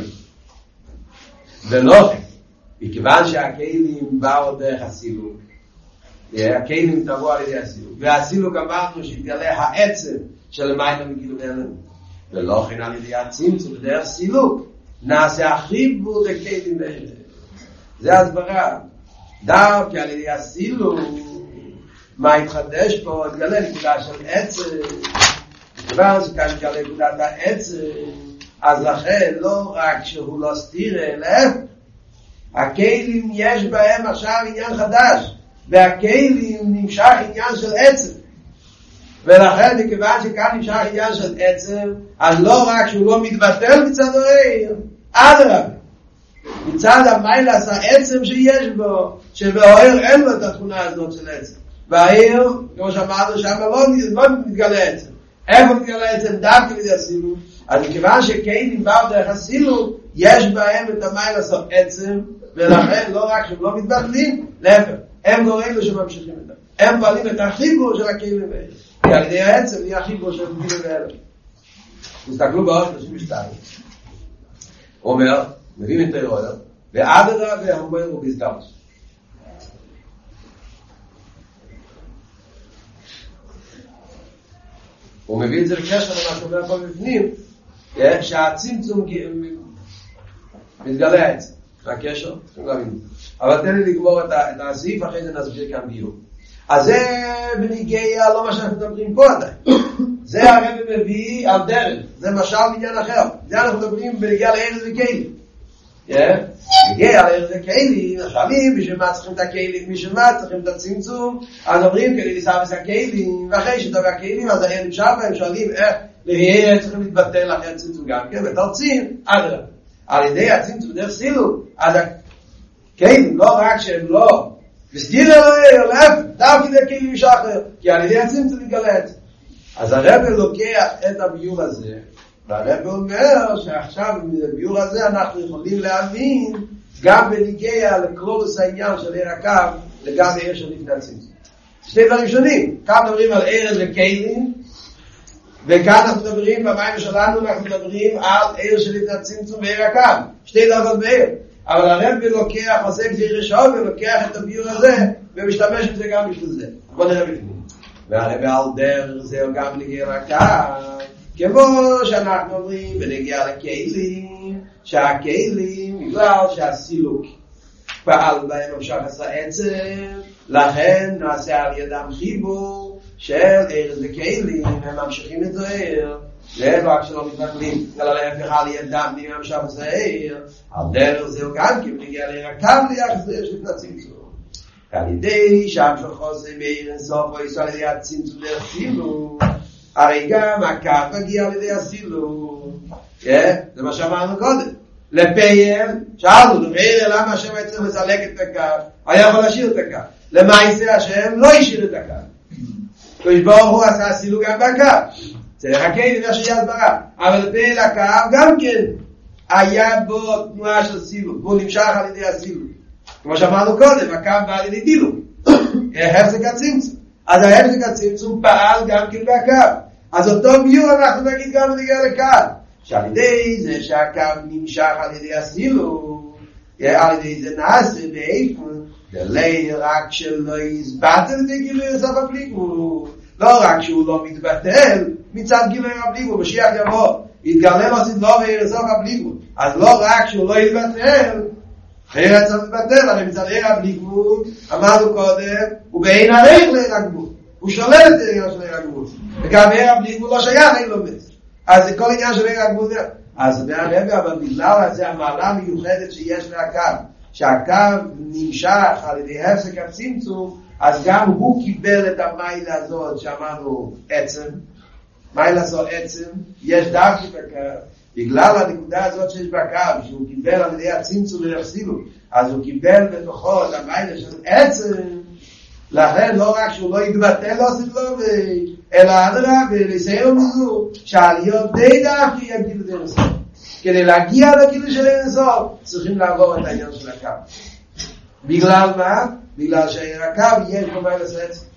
ולא, מכיוון שהכלים באו דרך הסילוק, הכלים תבואו על ידי הסילוק, והסילוק אמרנו שיתגלה העצם שלמיילו מגילוי והלם. ולא כן על ידי הצמצום בדרך סילוק, נעשה החיבור לכלים והלם. זה הסברה. דווקא על ידי הסילוק, מה התחדש פה? התגלה נקודה של עצם. דבר שכאן התגלה נקודת העצם, אז לכן לא רק שהוא לא סתיר, אלא הכלים יש בהם עכשיו עניין חדש, והכלים נמשך עניין של עצם, ולכן מכיוון שכאן נמשך עניין של עצם, אז לא רק שהוא לא מתבטל מצד העיר, אדרבה, מצד המיילס העצם שיש בו, שבאוהר אין לו את התכונה הזאת של עצם, והעיר, כמו שאמרנו, שם לא מתגלה עצם. איפה מתגלה עצם? דווקא לידי הסילוק. אז מכיוון שכלים באו דרך הסילוק, יש בהם את המיילס העצם, ולכן לא רק שהם לא מתבטלים, להפך, הם גורם לו שממשיכים את זה. הם פעלים את החיבור של הכלים האלה. כי על ידי העצם יהיה החיבור של הכלים האלה. תסתכלו בעוד 32. הוא אומר, מביאים את הירודה, ועדרה והמויר הוא בזדמוס. הוא מביא את זה לקשר למה שאומר פה בפנים, שהצמצום מתגלה את זה. הקשר, צריכים להבין. אבל תן לי לגמור את הסעיף, אחרי זה נסביר כאן ביור. אז זה בניגיע, לא מה שאנחנו מדברים פה עדיין. זה הרב מביא על דרך, זה משל בעניין אחר. זה אנחנו מדברים בניגיע לארז וכלים. נגיע לארז וכלים, שואלים, בשביל מה צריכים את הכלים, בשביל מה צריכים את הצמצום, אז אומרים כדי לסבס הכלים, ואחרי שתביא הכלים, אז הארז נשאר בהם, שואלים איך להיראה צריכים להתבטל אחרי הצמצום גם כן, ותרצים, אדרבה. על ידי הצמצום דרך סילוק, אז הכלים, לא רק שהם לא, וסתיר אלוהי, דווקא כדי כלים איש אחר, כי על ידי הצמצום מתגלה את זה. אז הרב לוקח את הביור הזה, והרב אומר שעכשיו בביור הזה אנחנו יכולים להבין גם בניגיע לקלולוס העניין של עיר הקו לגבי עיר של לפני הצמצום. שני דברים שונים, כאן מדברים על ערז וכלים, וכאן אנחנו מדברים, במים שלנו אנחנו מדברים על עיר של לפני הצמצום ועיר הקו, שתי דרגות בעיר. אבל הרב לוקח, עושה כדי רשוב ולוקח את הביור הזה ומשתמש בזה גם בשביל זה. בוא נראה בפנים. והרב על דרך זהו גם נגיע לקו, כמו שאנחנו אומרים בנגיע לכלים, שהכלים בגלל שהסילוק פעל בהם המשך עשה עצם, לכן נעשה על ידם חיבור של ערז וכלים, הם ממשיכים את זה זה לא רק שלא מתנגלים, אלא להפך על ידם מי המשך עשה על דרך זהו גם כי בנגיע לרקב ליחס זה של הצמצום. על ידי שהמשך עושה בעיר אינסוף או ישראל על ידי הצמצום דרך סילוק, הרי גם הקו מגיע על ידי הסילוק. זה מה שאמרנו קודם. לפייל, שאלנו, לפייל למה השם היה צריך לסלק את הקו, היה יכול להשאיר את הקו. למעשה השם לא השאיר את הקו. קדוש ברוך הוא עשה סילוק גם בקו. צריך להגיד את שיהיה הסברה. אבל לפייל הקו גם כן היה בו תנועה של סילוק, והוא נמשך על ידי הסילוק. כמו שאמרנו קודם, הקו בא על ידי דילוק. הפסק הצמצום. אז ההפסק הצמצום פעל גם כן בקו. אז אותו ביור אנחנו נגיד גם בנגיע לקו. שעל ידי זה שהקו נמשך על ידי הסילוק, על ידי זה נעשה באיפה, דלי רק שלא יסבטל את גילוי לסוף הפליגות. לא רק שהוא לא מתבטל, מצד גילוי הפליגות, משיח יבוא, יתגלה לו סדלו וירסוף הפליגות. אז לא רק שהוא לא יתבטל, אחרי רצה מתבטל, אבל מצד עיר הפליגות, אמרנו קודם, הוא בעין הרייך לעיר הגבול. הוא שולל את העניין של עיר הגבול. וגם עיר הפליגות לא שייך, אין לו מצ. אז זה כל עניין של עיר הגבול. אז מהרגע, אבל בגלל זה המעלה המיוחדת שיש מהקו, שהקו נמשך על ידי הפסק הצמצום, אז גם הוא קיבל את המיילה הזאת שאמרנו עצם. מיילה זו עצם, יש דווקא בקו. בגלל הנקודה הזאת שיש בקו, שהוא קיבל על ידי הצמצום ולחסילו, אז הוא קיבל בתוכו את המיילה של עצם, לכן לא רק שהוא לא יתבטל לא סבלו, אלא אדרה ולסיום זו, שהעליות די דווקא יגידו דרך סוף. כדי להגיע לכאילו של אין סוף, צריכים לעבור את העניין של הקו. בגלל מה? בגלל שהקו יש בו מיילה של עצם.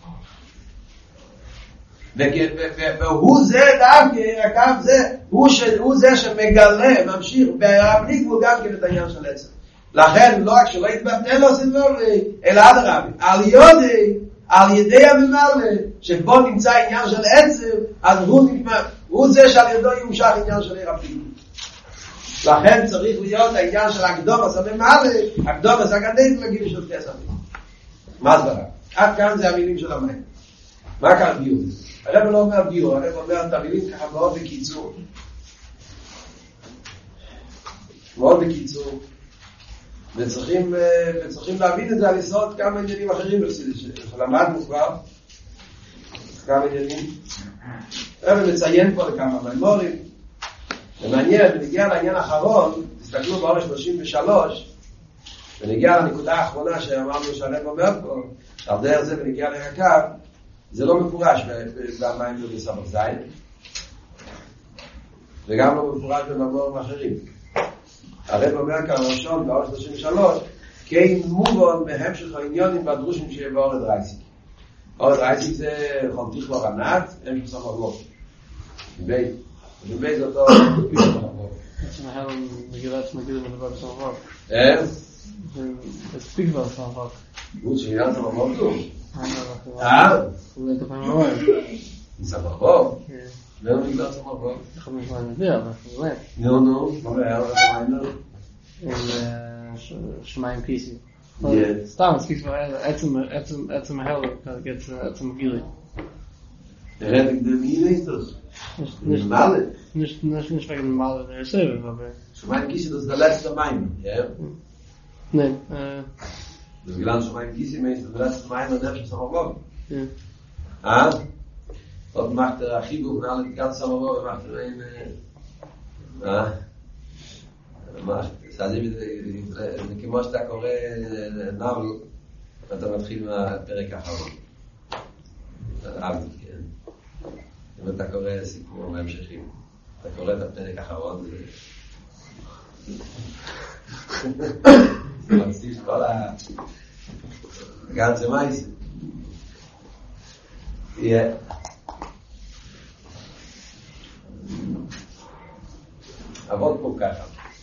והוא זה דווקא, הקו זה, הוא זה שמגלה, ממשיך, בהפליג הוא גם כן את העניין של עצם. לכן לא רק שלא יתבטל לו סבלו, אלא אדרה, על ידי הממלא, שבו נמצא עניין של עצם, אז הוא זה שעל ידו ימשך עניין של עיר הפליגות. לכן צריך להיות העניין של הקדום הממלא, הקדום הגדול לגיל של כסף. מה סברה? עד כאן זה המילים של המים. מה כאן ביור? הרב לא אומר ביור, הרב אומר את המילים ככה מאוד בקיצור. מאוד בקיצור, וצריכים להבין את זה על יסוד כמה עניינים אחרים שלמדנו כבר, כמה עניינים. אבל מציין פה לכמה מימורים. ומעניין, ונגיע לעניין האחרון, תסתכלו באור 33, ונגיע לנקודה האחרונה שאמרנו שהלב אומר פה, על דרך זה ונגיע להקו, זה לא מפורש במים ובסמך זין, וגם לא מפורש במאמרים אחרים. הרב אומר כאן ראשון באור 33, כי מובן בהמשך העניונים והדרושים שיהיה באורד רייסיק. אורד רייסיק זה חומתיך לו רנת, המשך סמכות. ובית זה אותו פיש סמכות. עצם ההלם מגילת מגילים מדבר בסמכות. זה ספיק כבר סמכות. הוא שעניין סמכות הוא? אולי תפעים רואים. סמכות? לא מגילת סמכות. יכול להיות מה אני יודע, אבל זה נו, שמיים פיסי. סתם, ספיק כבר עצם ההלם, עצם מגילי. Reding de Ministers. Nicht wegen Male der Reserve, aber... Schon mein Kisse, das ist der letzte Meinung, ja? Nein, Das ist gelernt, schon mein Kisse, der letzte Meinung, der ist noch mal. Ja. Ah? Dort macht der Archivo von allen, die ganze Samarone, macht ein... macht... זה כמו שאתה קורא נבל, אתה מתחיל מהפרק האחרון. אהבתי, כן. אם אתה קורא סיפור מהמשכים, אתה קורא את הפרק האחרון, זה מצליח כל גם זה מייס. יהיה. עבוד פה ככה.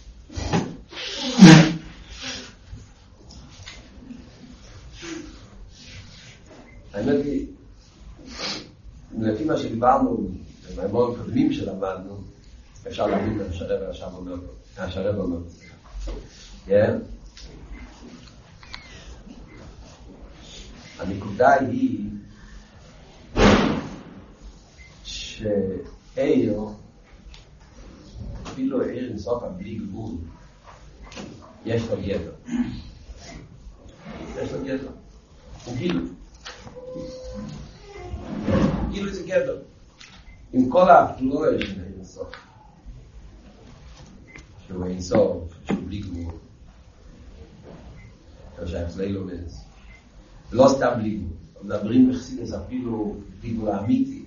האמת היא, לפי מה שדיברנו, במאמרים קודמים שלמדנו, אפשר להבין את השרב אומר. כן? הנקודה היא שעיר, אפילו עיר נסוף בלי גבול, יש לו גדר. יש לו גדר. הוא גילו זה גדר. עם כל האפלואה של אינסוף. שהוא אינסוף, שהוא בלי גבול. שהאפלאי לומס. לא סתם בלי גבול. מדברים מחסידס אפילו בלי גבול האמיתי.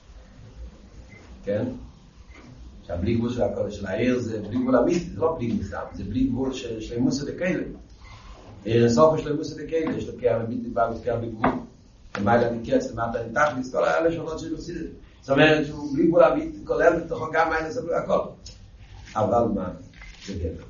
כן? שהבלי גבול של הקודש של העיר זה בלי גבול אמיתי, זה לא בלי גבול סתם, זה בלי גבול של שלמוס דקיילה. עיר אינסוף יש שלמוס דקיילה, יש לו קיים אמיתי בא ותקיים בגבול. ומיילה נקץ, למטה נתכניס, כל הלשונות של חסידות. זאת אומרת שהוא בלי גבול אמיתי, כולל בתוכו גם מיילה סבלו הכל. אבל מה? זה גדר.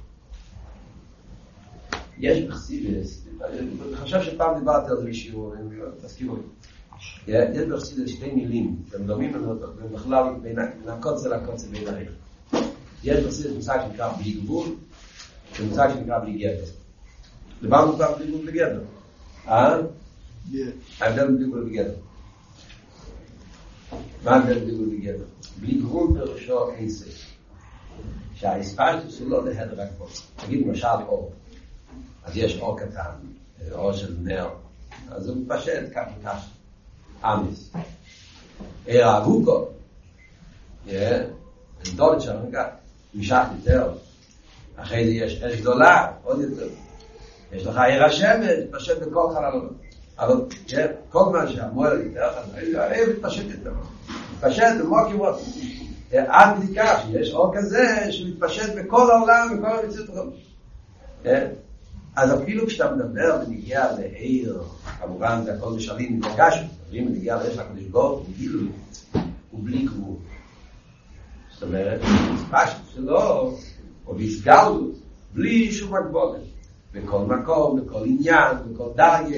יש בחסידס, אני חושב שפעם דיברתי על זה בשיעור, תזכירו לי. יש בחסידס שתי מילים, שהם דומים במכלל בין הקוצה לקוצה בין העיר. יש בחסידס מושג שנקרא בלי גבול, ומושג שנקרא בלי גדר. דיברנו פעם בלי גבול לגדר. ההבדל בלי גבול לגדר. מה ההבדל בלי גבול לגדר? בלי גבול פירושו עסק. שההספשטות שלו זה הדר הגבול. תגיד למשל אור. אז יש אור קטן, אור של נר. אז הוא מתפשט כך וכך. אמיס. עיר האבוקו. דולת שם רגע. משך יותר. אחרי זה יש אש גדולה, עוד יותר. יש לך עיר השמש, מתפשט בכל חללות. אבל כל מה שהמועל יותר, העיר מתפשט יותר. מתפשט במוקי מוקי. עד כדי כך שיש אור כזה שמתפשט בכל העולם, בכל המציאות הזאת. אז אפילו כשאתה מדבר ונגיע לעיר, כמובן זה הכל משלים מתרגש, אם נגיע לעיר של הקדוש ברוך הוא גילוי, הוא בלי גבול. זאת אומרת, משהו שלו, או בהסגלות, בלי שום הגבולת. בכל מקום, בכל עניין, בכל דרגה,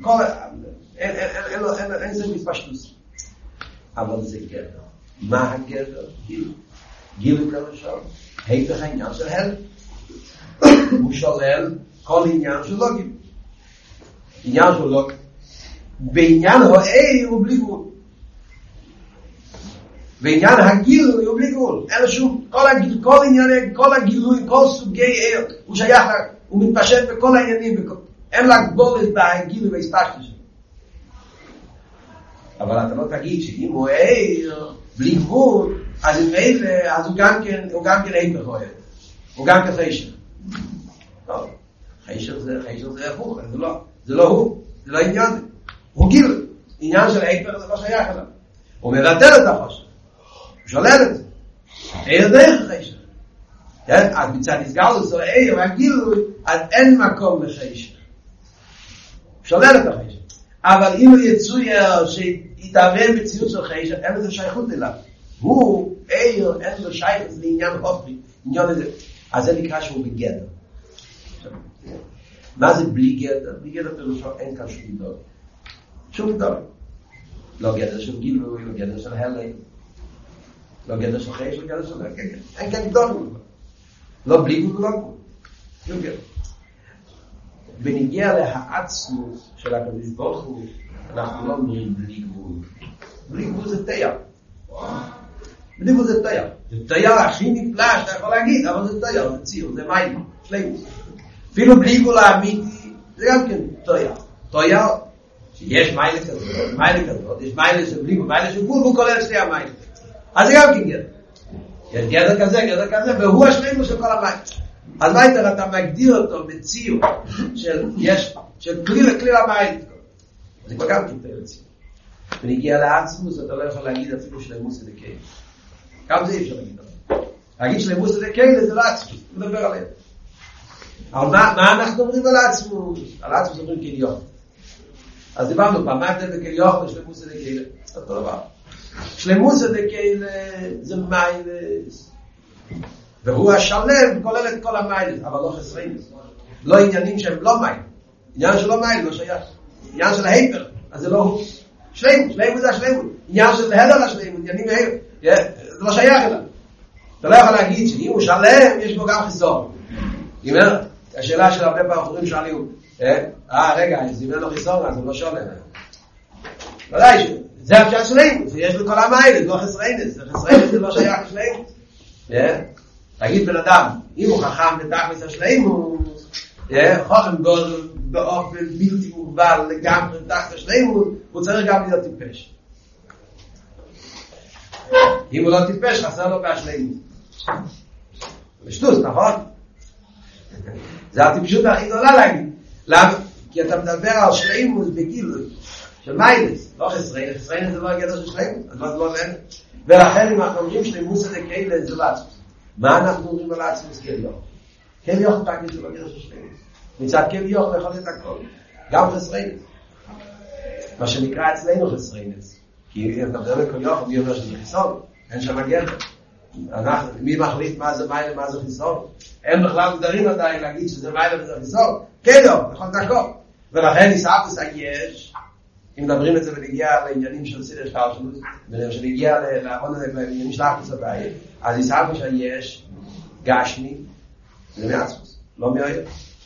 אין זה מתפשטוס. אבל זה גדר. מה הגדר? גילוי כלשון. היפך העניין של הלם. הוא שולל כל עניין של לא גילוי. עניין של לא. בעניין העיר הוא בלי גבול. ועניין הגילוי הוא בלי גבול. אין לו שום, כל ענייני, כל הגילוי, כל סוגי הוא שייך, הוא מתפשט בכל העניינים, אין לה גבולת בגילוי והספשת שלו. אבל אתה לא תגיד שאם הוא בלי גבול, אז הוא גם כן היפך אוהב. הוא גם כן חיישר. טוב, חיישר זה הפוך, זה לא הוא, זה לא עניין. הוא גילוי. עניין של היפך זה לא שייך אליו. הוא מבטל את החושך. הוא שולל את זה. דרך חיישר. אז מצד הסגלות זו והגילוי, אז אין מקום לחיישר. הוא שולל את החיישר. אבל אם הוא יצויר שיתערב בציאות של חיישר, אין לזה שייכות אליו. הוא, אין לו שייכות לעניין הופכי. אז זה נקרא שהוא בגדר. מה זה בלי גדר? בלי גדר פירושו אין כאן שום דבר. שום דבר. לא גדר של גילוי, לא גדר של הלם. לא גדר של חייש, לא גדר של הלם. אין כאן גדול. לא בלי גבול ולא גבול. שום גדר. בניגיע להעצמות של הקדוש ברוך הוא, אנחנו לא אומרים בלי גבול. בלי גבול זה תייר. בלי גבול זה תייר. זה תייר הכי נפלא שאתה יכול להגיד, אבל זה תייר, זה ציר, זה מים, שלמות. אפילו בלי גבול האמיתי, זה גם כן תייר. תייר, שיש מיילה כזאת, יש מיילה של בלי גבול, מיילה של גבול, והוא כולל שתי המיילה. אז זה גם כן גדר. יש גדר כזה, והוא השלמות של כל המיילה. אז מה יותר אתה מגדיר אותו בציר של כליל המיילה. זה כבר גם כן תייר ציר. ונגיע לעצמוס, אתה לא יכול להגיד אפילו שלמוס דקייל. גם זה אי אפשר להגיד עליו. להגיד שלמוס דקייל זה לא עצמוס, נדבר עליהם. אבל מה אנחנו אומרים על עצמוס? על עצמוס אומרים כליון. אז דיברנו פעם, מה הבדל בכליון ושלמוס דקייל? אותו דבר. שלמוס דקייל זה מיילס. והוא השלם כולל את כל המיילס, אבל לא חסרים. לא עניינים שהם לא מייל. עניין שלא מייל, לא שייך. עניין של ההיפר, אז זה לא הוא. שלמות זה השלמות. עניין של הדר השלמות, עניינים מהר. זה לא שייך אליו. אתה לא יכול להגיד שאם הוא שלם, יש בו גם חיסור. השאלה של הרבה פעמים שואלים, רגע, אז אם אין לו חיסור, אז הוא לא שולם. ודאי, זה הפשט שלמות, יש לו כל המייל, זה לא חסרינס. חסרינס זה לא שייך לשלמות. תגיד בן אדם, אם הוא חכם בתכלס השלמות, חוכם באופן בלתי מוגבל לגמרי תחת השלמות, הוא צריך גם להיות טיפש. אם הוא לא טיפש, חסר לו בהשלמות. בשטוס, נכון? זה הטיפשות הכי גדולה להגיד. למה? כי אתה מדבר על שלמות בגילוי של מיילס, לא חסרין, חסרין זה לא הגדר של שלמות, אז לא להם. ולכן אם אנחנו אומרים שלמות זה כאלה, זה לא עצמוס. מה אנחנו אומרים על עצמוס כליוך? כליוך תקנית זה לא הגדר של שלמות. מצד כליוך יכול להיות הכל. גם חסרינס. מה שנקרא אצלנו חסרינס. כי אתה מדבר בכליוך, מי אומר שזה חיסון? אין שם גדר. מי מחליט מה זה מיילה, מה זה חיסון? אין בכלל מגדרים עדיין להגיד שזה מיילה וזה חיסון. כליוך, יכול להיות הכל. ולכן יסעפוס היש, אם מדברים את זה ונגיע לעניינים של סדר שטרשלוס, ונגיע לעניינים של אחפוס הבית, אז יסעפוס היש, גשמי, זה מעצמוס, לא מהעיר.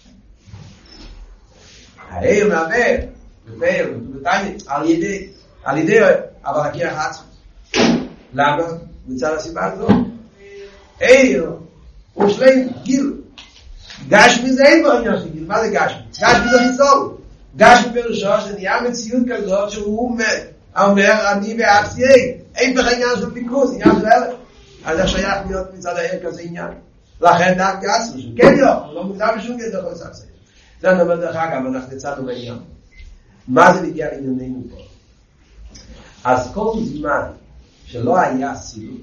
העיר מהבד, בפער, בתנית, על ידי, אבל הכיח עצמוס. למה? מצד הסיבה הזו. עיר, הוא שלם, גיל. גשמי זה אין בו עניין של גיל, מה זה גשמי? גשמי זה חיסון. גשמי פירושו שנהיה מציאות כזאת שהוא אומר, אני בעציי, אין בך עניין של פיקרוס, עניין של הלך. אז איך שייך להיות מצד העיר כזה עניין? לכן דעת כעצמו, כן יום, לא מוקדם בשום גדר כל ספסי. זה נאמר דרך אגב, אנחנו יצאנו מהעניין. מה זה נגיע לענייננו פה? אז כל זמן שלא היה סילות,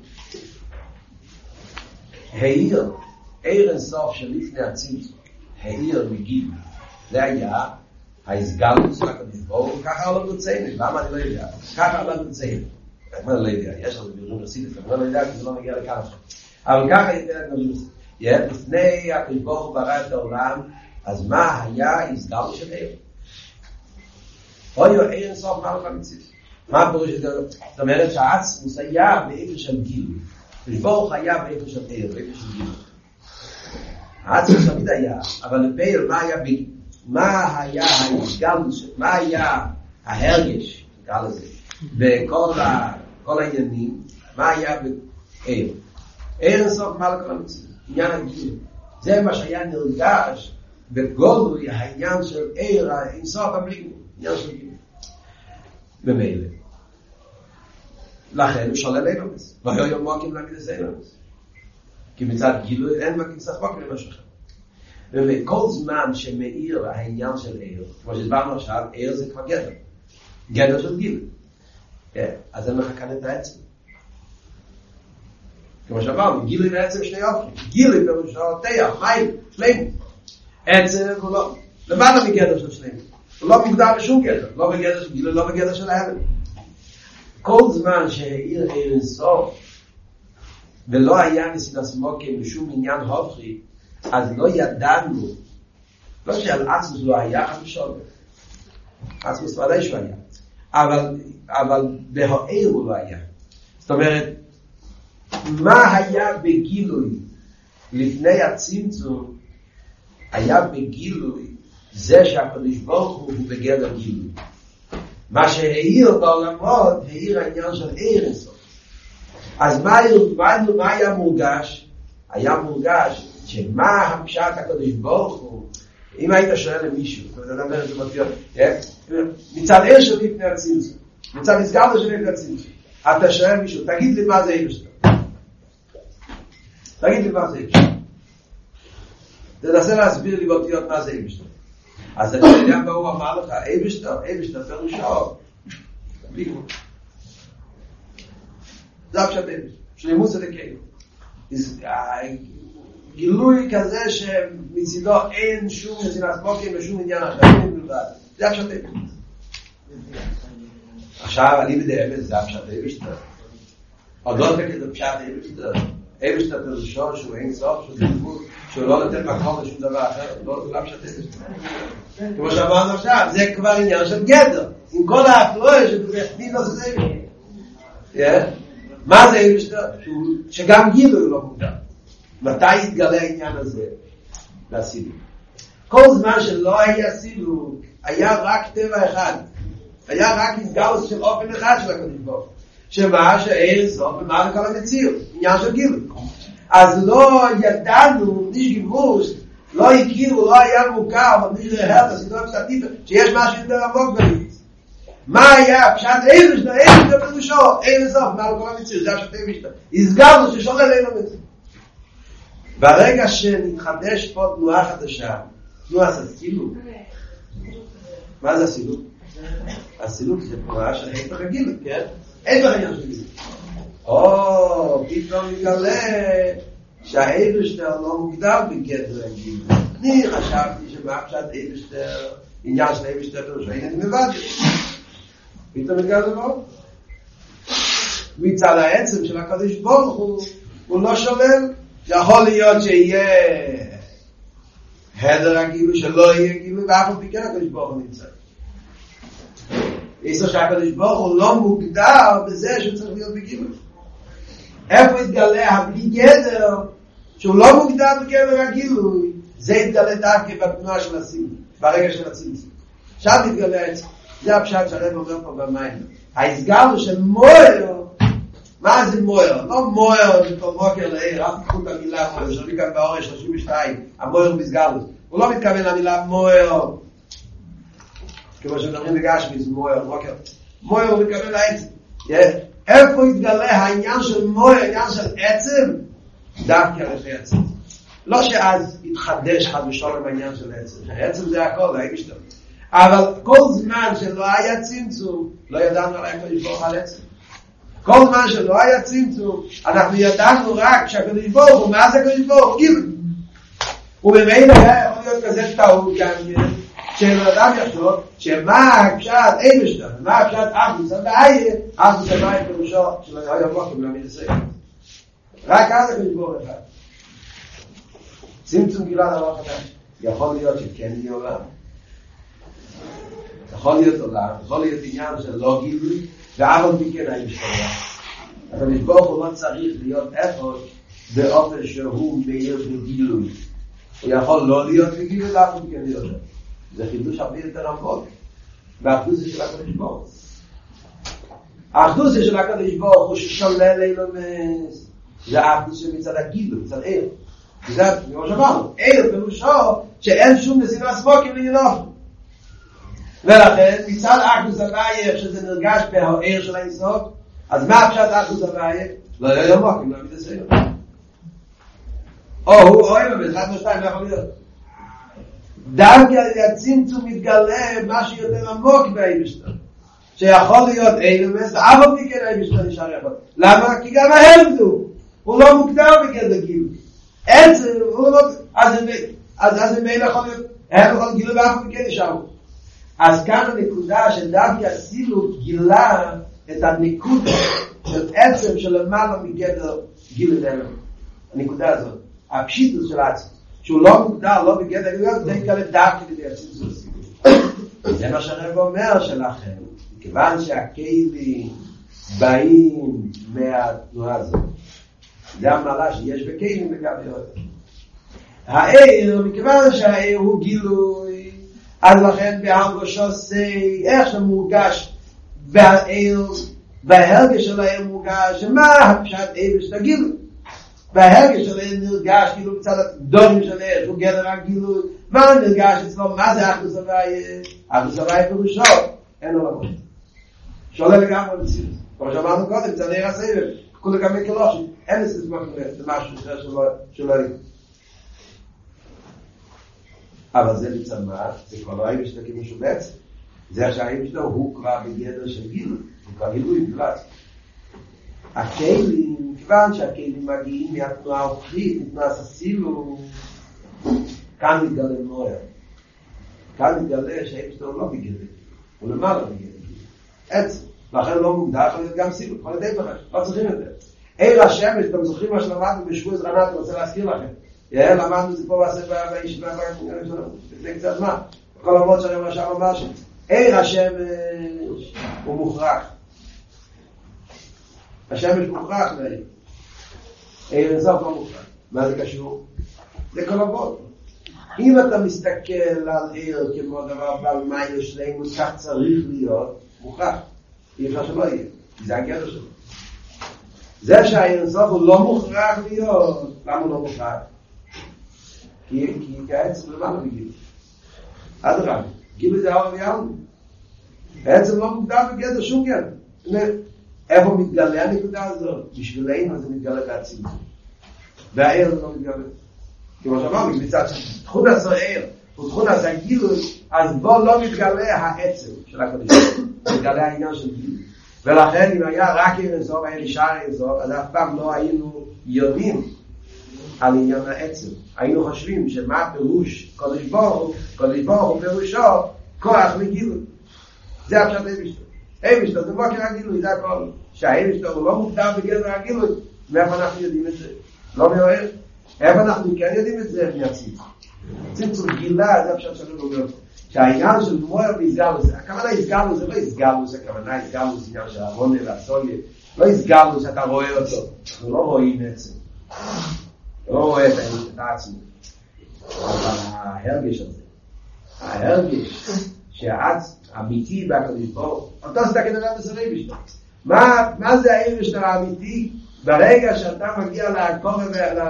העיר, עיר אינסוף של לפני הצמצום, העיר מגיל, זה היה ההסגלות של הקדוש ברוך הוא, ככה לא נוצאים, למה אני לא יודע? ככה לא נוצאים. אני לא יודע, יש לנו בירום רסידת, אני לא יודע כי זה לא מגיע לכאן עכשיו. אבל ככה יותר הגדולים רסידת. לפני הקדוש ברוך הוא ברא את העולם, אז מה היה הסגלות של עיר? עיר אינסוף מה למציאות. מה הפירוש של זה? זאת אומרת שהעצמוס היה באיפה של גיל. ברוך היה באיפה של עיר, באיפה של גיל. העצמוס תמיד היה, אבל לפעיל מה היה בגיל? מה היה ההסגלות, מה היה ההרגש, נקרא לזה, בכל העניינים, מה היה בעיר? עיר אינסוף מלך המציא, עניין הגילוי. זה מה שהיה נרגש בגולוי העניין של עיר האינסוף הבליגו, עניין של גילוי. במילא. לכן הוא שולל אילומס. והיו יום מוקים להגיד את אילומס. כי מצד גילוי אין מקים סך מוקים למשהו אחר. וכל זמן שמאיר העניין של עיר, כמו שהסברנו עכשיו, עיר זה כבר גדר. גדר של גילוי. אז אין לך כאן את העצם. כמו שאמרנו, גילוי ועצם שני אופנים. גילוי פירושו תיח, מים, שלמים. עצם הוא לא. למעלה מגדר של שלמים. הוא לא מוגדר בשום גדר. לא בגדר של גילוי, לא בגדר של ההלם. כל זמן שהעיר עיר אינסוף, ולא היה נסינס מוקים בשום עניין הופכי, אז לא ידענו, לא שעל עצמוס לא היה חמישון. עצמוס ודאי שהוא היה. אבל בהעיר הוא לא היה. זאת אומרת, מה היה בגילוי לפני הצמצום, היה בגילוי זה שהקדוש ברוך הוא בגדר גילוי. מה שהעיר בעולמות, העיר העניין של עיר אינסוף. אז מה היה מורגש? היה מורגש שמה הפשט הקדוש ברוך הוא, אם היית שואל למישהו, אתה מדבר את זה מופיע, מצד עיר של לפני הצמצום, מצד מסגרת של לפני הצמצום, אתה שואל מישהו, תגיד לי מה זה עיר שלו. תגיד לי מה זה עיר שלו. תנסה להסביר לי באותיות מה זה עיר שלו. אז אני יודע מה הוא אמר לך, עיר שלו פירושו. זה הפשט עיר. שלמות זה לכאילו. גילוי כזה שמצידו אין שום נזינס מוקים ושום עניין אחר. זה הפשט עיר. עכשיו אני בדאמת, זה הפשט עיר שלו. עוד לא תקד הפשט עיר שלו. עיר שלו פירושו שהוא אין סוף, שהוא דלגות, שהוא לא נותן מקום לשום דבר אחר. לא הפשט עיר שלו. כמו שאמרנו עכשיו, זה כבר עניין של גדר. עם כל האפלואה שבפנים לא זה עיר. מה זה עיר שלו? שגם גילוי לא מוגדר. מתי יתגלה העניין הזה? והסילוק. כל זמן שלא היה סילוק, היה רק טבע אחד. היה רק התגלות של אופן אחד של הקדוש ברוך הוא. שמה שעיר סוף ומה לכל המציאות. עניין של גילוי. אז לא ידענו, ניש גיבוש, לא הכירו, לא היה מוכר, אבל ניש להרט, הסידור הפסטיפה, שיש משהו יותר עמוק בליץ. מה היה? פשט עיר שלו, עיר שלו פירושו, עיר סוף, מה לכל המציאות, זה הפשט עיר שלו. הסגרנו ששולל אין המציאות. ברגע שנתחדש פה תנועה חדשה, תנועה של סילוק. מה זה הסילוק? הסילוק זה תנועה של אין בחגילות, כן? אין בחגילות של גילוי. פתאום מתגלה שהעיר שלו לא מוגדר בגדר הגילוי. אני חשבתי שמאפשט עיר שלו, עניין של עיר שלו, שאין לבד. פתאום מתגלה לא. מצד העצם של הקדוש ברוך הוא לא שולל. יכול להיות שיהיה הדר הגילוי, שלא יהיה גילוי, ואף על פי כן הקדוש ברוך הוא נמצא. יש שהקדוש ברוך הוא לא מוגדר בזה שהוא צריך להיות בגילוי. איפה יתגלה הבלי גדר, שהוא לא מוגדר בגדר הגילוי, זה יתגלה דווקא בתנועה של הסילוק, ברגע של הצמצום. שם יתגלה את זה. זה הפשט שהרב אומר פה במים. ההסגרנו של מויר, מה זה מויר? לא מויר בתור מוקר לעיר, אף תקחו את המילה מויר, שרבי כאן באורש 32, המויר מסגרנו. הוא לא מתכוון למילה מויר, כמו שמדברים בגשמי, זה מויר, מוקר. מויר הוא מתכוון לעצם. איפה יתגלה העניין של מויר, העניין של עצם? דווקא לפי עצם. לא שאז יתחדש חד ושולם העניין של עצם. העצם זה הכל, האם ישתום. אבל כל זמן שלא היה צמצום, לא ידענו על הקדוש ברוך על עצם. כל זמן שלא היה צמצום, אנחנו ידענו רק שהקדוש ברוך הוא, מה זה הקדוש ברוך הוא? גילוי. ובמילא היה יכול להיות כזה טעות גם שאדם יחשוב שמה הפשט אין משנה, מה הפשט אחדוס הבעיה, אחדוס הבעיה פירושו שלא היה מוקים להאמין לסיים. רק אז הקדוש ברוך אחד. צמצום גילה דבר חדש. יכול להיות שכן יהיה עולם. יכול להיות עולם, יכול להיות עניין של לא גילוי, ואף פי כן היה משתנה. הקדוש ברוך הוא לא צריך להיות איפה באופן שהוא מאיר בגילוי. הוא יכול לא להיות בגילוי, ואף פי כן להיות. זה חידוש הרבה יותר עמוק. והאחדות של הקדוש ברוך הוא. האחדות של הקדוש ברוך הוא ששולל אילומס, זה האחדות שמצד הגילו, מצד עיר. זה כמו שאמרנו, עיר פירושו שאין שום נסיבה ספוקים לענייננו. ולכן מצד האחדות הוויה, איך שזה נרגש בהעיר של האינסוף, אז מה פשט האחדות הוויה? לא יהיה מוקים, לא מתעשייה. או הוא או אימא, באחד ושתיים, לא יכול להיות. דווקא על ידי הצמצום מתגלה משהו יותר עמוק באיבשתר. שיכול להיות אילומס, אף על פי כן האיבשתר נשאר יכול. למה? כי גם ההם הוא לא מוגדר בגדר גילו. עצם, הוא לא... אז הם לא יכול להיות, הם יכול גילו ואף על פי כן נשאר. אז כאן הנקודה שדווקא הסילוק גילה את הנקודה של עצם של למעלה מגדר גיל דלם. הנקודה הזאת. הפשיטוס של עצם. שהוא לא מוגדר, לא בגדר גילו, זה יקלה דווקא כדי הצמצום. זה מה שהרב אומר שלכם. כיוון שהכלים באים מהתנועה הזאת. זה המעלה שיש בכלים וגם יותר. העיר, מכיוון שהעיר הוא גילוי, אז לכן בהרגושו סי, איך שמורגש בעיר, בהרגש של העיר מורגש, מה הפשט עיר שתגילו? בהרגש של העיר נרגש, כאילו מצד הדורים של העיר, שהוא גדר הגילוי, מה נרגש אצלו, מה זה אחדוס הוויה? אחדוס הוויה פירושו, אין עולמות. שולה לגמרי מציאות. כמו שאמרנו קודם, זה נראה סבב, כולה גם מקלושי, אין לזה משהו שלא יהיה. אבל זה מצד מה? זה כבר לא היה משתקים משובץ. זה שהאם שלו הוא כבר בגדר של גילוי. הוא כבר גילוי בלבד. הכלים, כיוון שהכלים מגיעים מהתנועה האוכלית, מתנועה הססילו, כאן מתגלה מויר. כאן מתגלה שהאם שלו לא בגדר. הוא למעלה בגדר. עצם. לכן לא מוגדר, יכול להיות גם סילו. יכול להיות די לא צריכים את זה. עיר השמש, אתם זוכרים מה שלמדנו בשבוע זרנת, אני רוצה להזכיר לכם. למדנו זה פה בישיבה לפני קצת זמן. בכל המות שאני אומר שם ממש. עיר השמש הוא מוכרח. השמש מוכרח לעיר. עיר אינסוף לא מוכרח. מה זה קשור? זה כל המות. אם אתה מסתכל על עיר כמו דבר בעל מים שלהם, כך צריך להיות מוכרח. אי אפשר שלא יהיה. זה הגדר שלו. זה שהעיר אינסוף הוא לא מוכרח להיות. למה הוא לא מוכרח? כי העצם למעלה בגיל. עד רב. גיל זה העולם יעלם. העצם לא מוגדר בגדר שום גדר. איפה מתגלה הנקודה הזאת? בשבילנו זה מתגלה בעצם. והעיר זה לא מתגלה. כמו שאמרנו, מצד שתכון עשה עיר, ותכון עשה גילוי, אז בו לא מתגלה העצם של הקודש. מתגלה העניין של גילוי. ולכן אם היה רק עיר אינסוף, היה נשאר אינסוף, אז אף פעם לא היינו יודעים על עניין העצם. היינו חושבים שמה פירוש קודש ברוך הוא פירושו כוח לגילוי. זה הפשט אבישתו. אבישתו זה מוקר הגילוי, זה הכל. שהאבישתו הוא לא מוגדר בגדר הגילוי, מאיפה אנחנו יודעים את זה? לא מעורר. איפה אנחנו כן יודעים את זה? מהציץ. צמצום גילה, זה הפשט שלנו אומר. שהעניין של מוער בהסגלוס, הכוונה הסגלוס, זה לא הסגלוס, הכוונה הסגלוס עניין של הרונה והסוליה. לא הסגלוס שאתה רואה אותו. אנחנו לא רואים עצם. לא רואה את העצמי. אבל ההרגש הזה, ההרגש שהאמיתי בהקדוש ברוך הוא, אותו זה כנראה בסרי בשביל. מה זה ההרגש האמיתי? ברגע שאתה מגיע לעקובה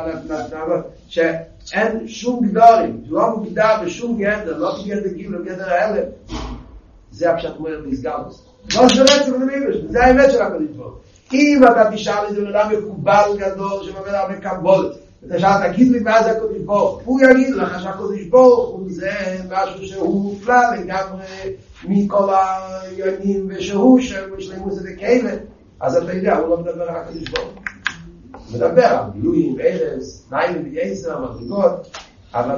שאין שום גדורים, לא מוגדר בשום גדר, לא בגדר גיל, לא בגדר ההלם, זה הפשט מוער בהסגלוס. לא שולט זה בנמיבש, זה האמת של הקדוש ברוך הוא. אם אתה תשאל את זה לעולם מקובל גדול שמבין הרבה קבולת, אתה שאל, תגיד לי מה זה הקודש ברוך הוא יגיד לך שהקודש ברוך הוא זה משהו שהוא מופלא לגמרי מכל העניינים ושהוא שלמוס את הכאלה, אז אתה יודע, הוא לא מדבר על הקודש ברוך הוא מדבר על גילויים, ערס, נעים ובייסר, מדרגות, אבל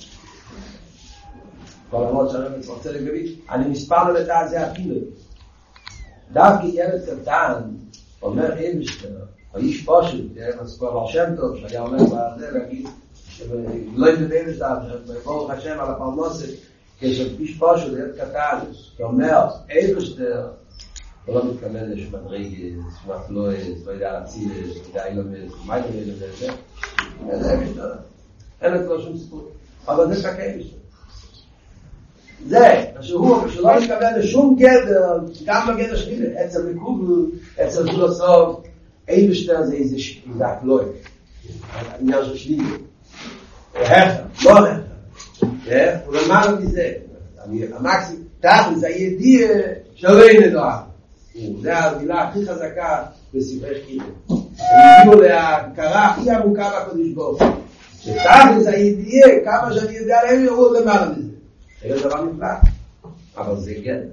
כל המות שאני רוצה לגבי אני מספר לדעת זה אפילו דווקא ילד קטן אומר אבשטר האיש פשוט, כבר שם טוב, שהיה אומר בזה, להגיד, לא ידעים את זה, ברוך השם על הפרמוסת, כשאיש פשוט, ילד קטן, שאומר, אבשטר, הוא לא מתכוון לשמדרגס, שמפלויס, לא יודע להציל, לא יודע אילומס, מה ידעים את זה, זה אבשטר, אין את לו שום סיפור, אבל זה שקי אבשטר. זה, שהוא שלא מתכוון לשום גדר, גם בגדר שלילה, אצל מקובל, אצל פילוסוף, אייבשטר זה איזה הקלוי, העניין של שלילה. ההפך, לא ההפך. ולמעלה מזה, המקסימום, תכל'ס, זה הידיעה שלא ידוע. זה המילה הכי חזקה בספרי חקירה. הם הגיעו להכרה הכי עמוקה בקודש ברוך הוא. שתכל'ס הידיעה, כמה שאני יודע להם יראו למעלה מזה. זה דבר נפלא, אבל זה גדר.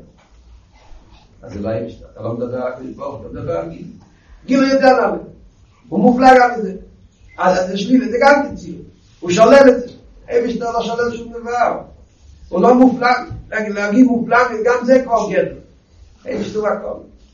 אז זה לא יש, אתה לא מדבר על הקודש ברוך הוא, אתה מדבר על גיל. גיל יודע למה. הוא מופלא גם את זה. אז זה שלילה, זה גם תציל. הוא שולל את זה. אייבשטר לא שולל שום דבר. הוא לא מופלא, להגיד מופלא, גם זה כבר גדר. אייבשטר הכל.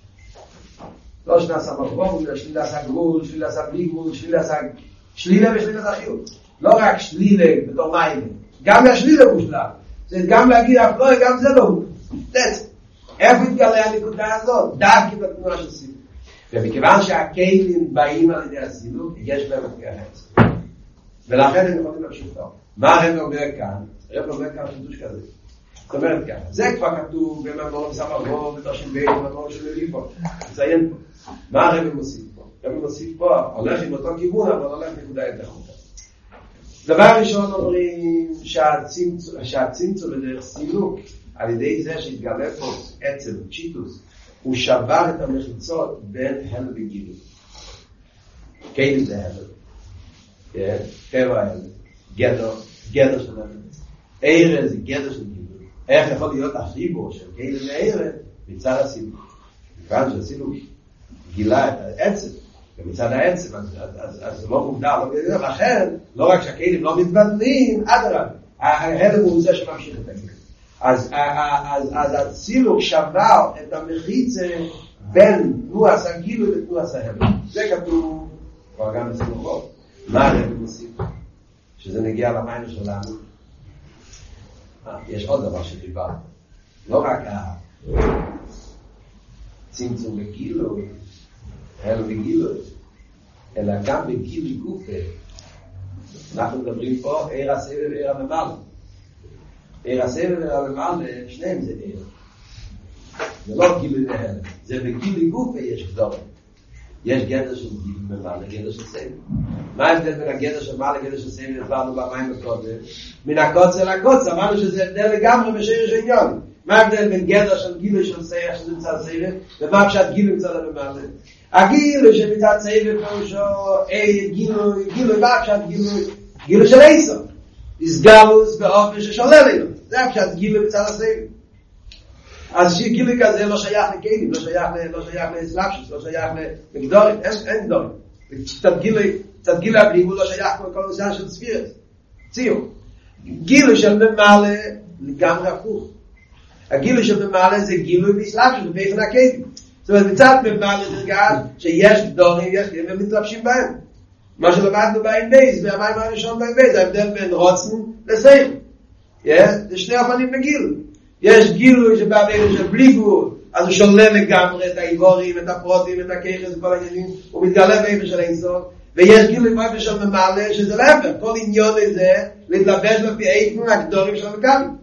לא שנעשה מרחוב, אלא שלילה עשה גבול, שלילה עשה בלי גבול, שלילה עשה שלילה ושלילה עשה חיוב. לא רק שלילה בתור מים. גם השלילה מושלם. זה גם להגיד אף לא, גם זה לא הוא. איפה התגלה הנקודה הזאת? דווקא בתנועה של סילוק. ומכיוון שהכלים באים על ידי הסילוק, יש בהם התגלה. ולכן הם יכולים להמשיך טוב. מה הרב אומר כאן? הרב אומר כאן חידוש כזה. זאת אומרת כאן, זה כבר כתוב במאמר מסמר בתרשים בית, במאמר של ליפו. נציין פה. מה הרב מוסיף פה? הרב מוסיף פה, הולך עם אותו כיוון, אבל הולך נקודה יותר חוטה. דבר ראשון אומרים שהצמצום בדרך סילוק, על ידי זה שהתגלה פה עצם, צ'יטוס, הוא שבר את המחיצות בין הל וגילוי. כלים זה הל. טבע הל. גדר של הל. עירה זה גדר של גילוי. איך יכול להיות החיבור של כלים ועירה מצד הסילוק? מכיוון שהסילוק גילה את העצם, ומצד העצם, אז זה לא מוגדר, לא גדר, לכן, לא רק שהכלים לא מתבטלים, אדרבה, ההלם הוא זה שממשיך את הכלים. אז הסילוק שבר את המחיצה בין תנועת הגילוי לתנועת ההלם. זה כתוב כבר גם בסילוקות. מה הרב מוסיף? שזה נגיע למים שלנו. יש עוד דבר שדיבר. לא רק הצמצום בגילוי, הלם בגילוי, אלא גם בגילוי גופה. אנחנו מדברים פה עיר הסבב ועיר הממלא. עיר הסבב ועיר הממלא, שניהם זה עיר. זה לא גילוי והלם. זה בגילוי גופה יש גדורים. יש גדר של גילוי ממלא, גדר של סבב. מה ההבדל בין הגדר של ממלא לגדר של סבב? הסברנו במים הקודם. מן הקוצה לקוצה, אמרנו שזה הבדל לגמרי בשיר של עניון. מה ההבדל בין גדר של גילוי של סבב, שזה מצד סבב, ומה פשט גילוי מצד הממלא? הגילוי שמצד סבב פירושו גילוי, מה פשט גילוי של איסו. הסגלוס באופן ששולל לנו. זה הפשט גילוי מצד הסבב. אז גילוי כזה לא שייך לכלים, לא שייך לסלאפשוס, לא שייך לגדורים, אין גדורים. קצת גילוי הבליגות לא שייך כל נושא של ספירס. ציור. גילוי של ממלא לגמרי הפוך. הגילוי של ממלא זה גילוי בסלאפשוס, באופן הכלים. זאת אומרת, מצד ממלא נרגש שיש גדורים, יש כלים, הם מתלבשים בהם. מה שלמדנו באין בייס, והמים הראשון באין בייס, ההבדל בין רוצן לסייל. זה שני אופנים בגילוי. יש גילוי שבא באלה של בלי גבול, אז הוא שולל לגמרי את האיבורים, את הפרוטים, את הכיחס, את כל העניינים, הוא מתגלה באיפה של אינסוף, ויש גילוי באיפה של ממלא, שזה להפך, כל עניון הזה, להתלבש לפי איפנו הגדורים של המקבים.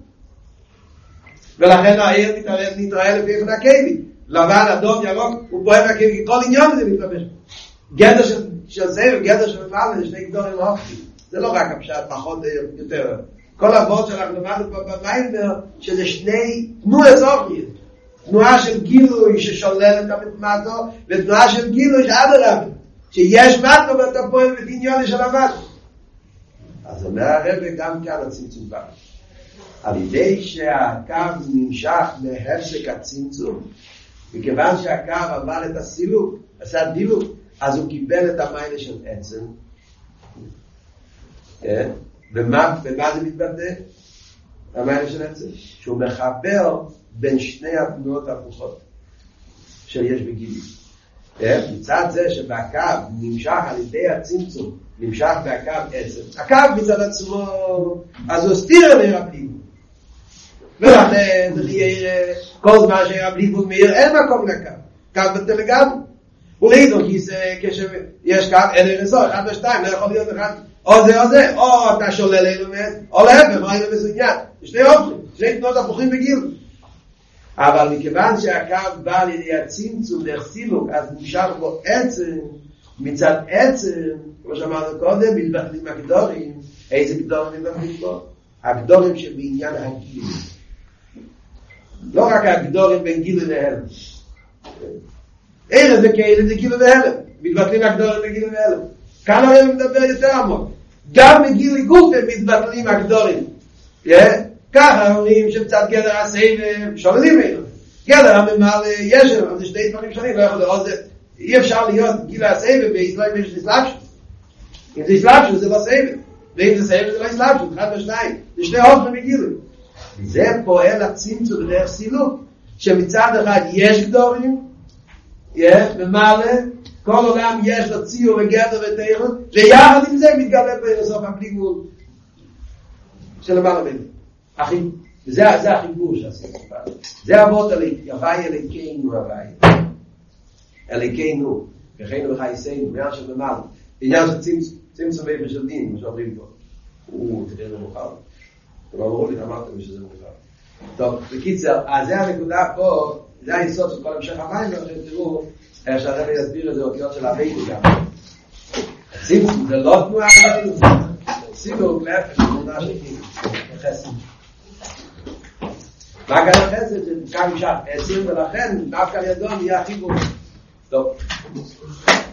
ולכן העיר נתראה לפי איפה הכלים. לבן, אדום, ירוק, הוא פועל הכלים, כל עניון הזה מתלבש. גדר של סבב, גדר של ממלא, זה שני גדורים הופכים. זה לא רק הפשט, פחות יותר. כל הוורד שאנחנו למדנו פה במיימר, שזה שני תנועה סופית. תנועה של גילוי ששוללת את המטמטו, ותנועה של גילוי שאדרבה, שיש מטו ואתה פועל בדמיון של המטו. אז אומר הרב גם כאן הצמצום בא. על ידי שהקו נמשך להפסק הצמצום, מכיוון שהקו עבר את הסילוק, עשה דילוק, אז הוא קיבל את המיילה של עצם. ומה זה מתבטא? המיילה של עצם. שהוא מחבר בין שני התנועות ההפוכות שיש בגילי. מצד זה שבקו נמשך על ידי הצמצום, נמשך בהקו עצם. הקו מצד עצמו, אז הוא סתיר על הרבליגו. ולכן כל זמן שהרבליגו מאיר, אין מקום לקו. קו בטל לגמרי. הוא ראיתו כי זה כשיש קו, אין רזור, 1 ו-2, לא יכול להיות אחד או זה, או אתה שולל אילומס, או להפך, מה אילומס עניין? שני אופנים, שני תנועות הפוכים בגיל. אבל מכיוון שהקו בא לידי הצמצום דרך סילוק, אז נשאר בו עצם, מצד עצם, כמו שאמרנו קודם, מתבטלים הגדורים. איזה גדורים מתבטלים פה? הגדורים שבעניין הגיל. לא רק הגדורים בין גיל להלם. אין זה כאלה זה גיל והלם. מתבטלים הגדורים בגיל והלם. כאן הרי מדבר יותר עמוק. גם בגיל גוף הם מתבטלים הגדורים. ככה אומרים שמצד גדר הסבב שוללים ממנו. גדר הממל יש לנו, זה שני דברים שונים, לא יכול לראות זה. אי אפשר להיות גיל הסבב בישראל ויש לסלאפשות. אם זה סלאפשות זה לא סבב. ואם זה סבב זה לא סלאפשות, אחד ושניים. זה שני אופנים בגילים. זה פועל הצמצום בדרך סילוק, שמצד אחד יש גדורים, במעלה, כל עולם יש לו ציור וגדר ותאירות, ויחד עם זה מתגלה בסוף הבלי גבול של המעלה בנו. זה החיבור שעשינו. זה אבות הווי אליקנו הווי. אליקנו, וכינו וחייסנו, מעל של במעלה. עניין של צמצום ואיפה של דין, כמו שאומרים פה. תראה זה מוכר. אבל אמרו לי, אמרתם שזה מוכר. טוב, בקיצר, אז זה הנקודה פה, זה היסוד של כל המשך המים, ואתם תראו, שהרב יסביר את זה אותיות של הבית גם. צמצום, זה לא תנועה של סילוק, להפך, זה תנועה של חסד. רק על החסד, זה כאן נמשך 10, ולכן דווקא לידו נהיה חיבור. טוב.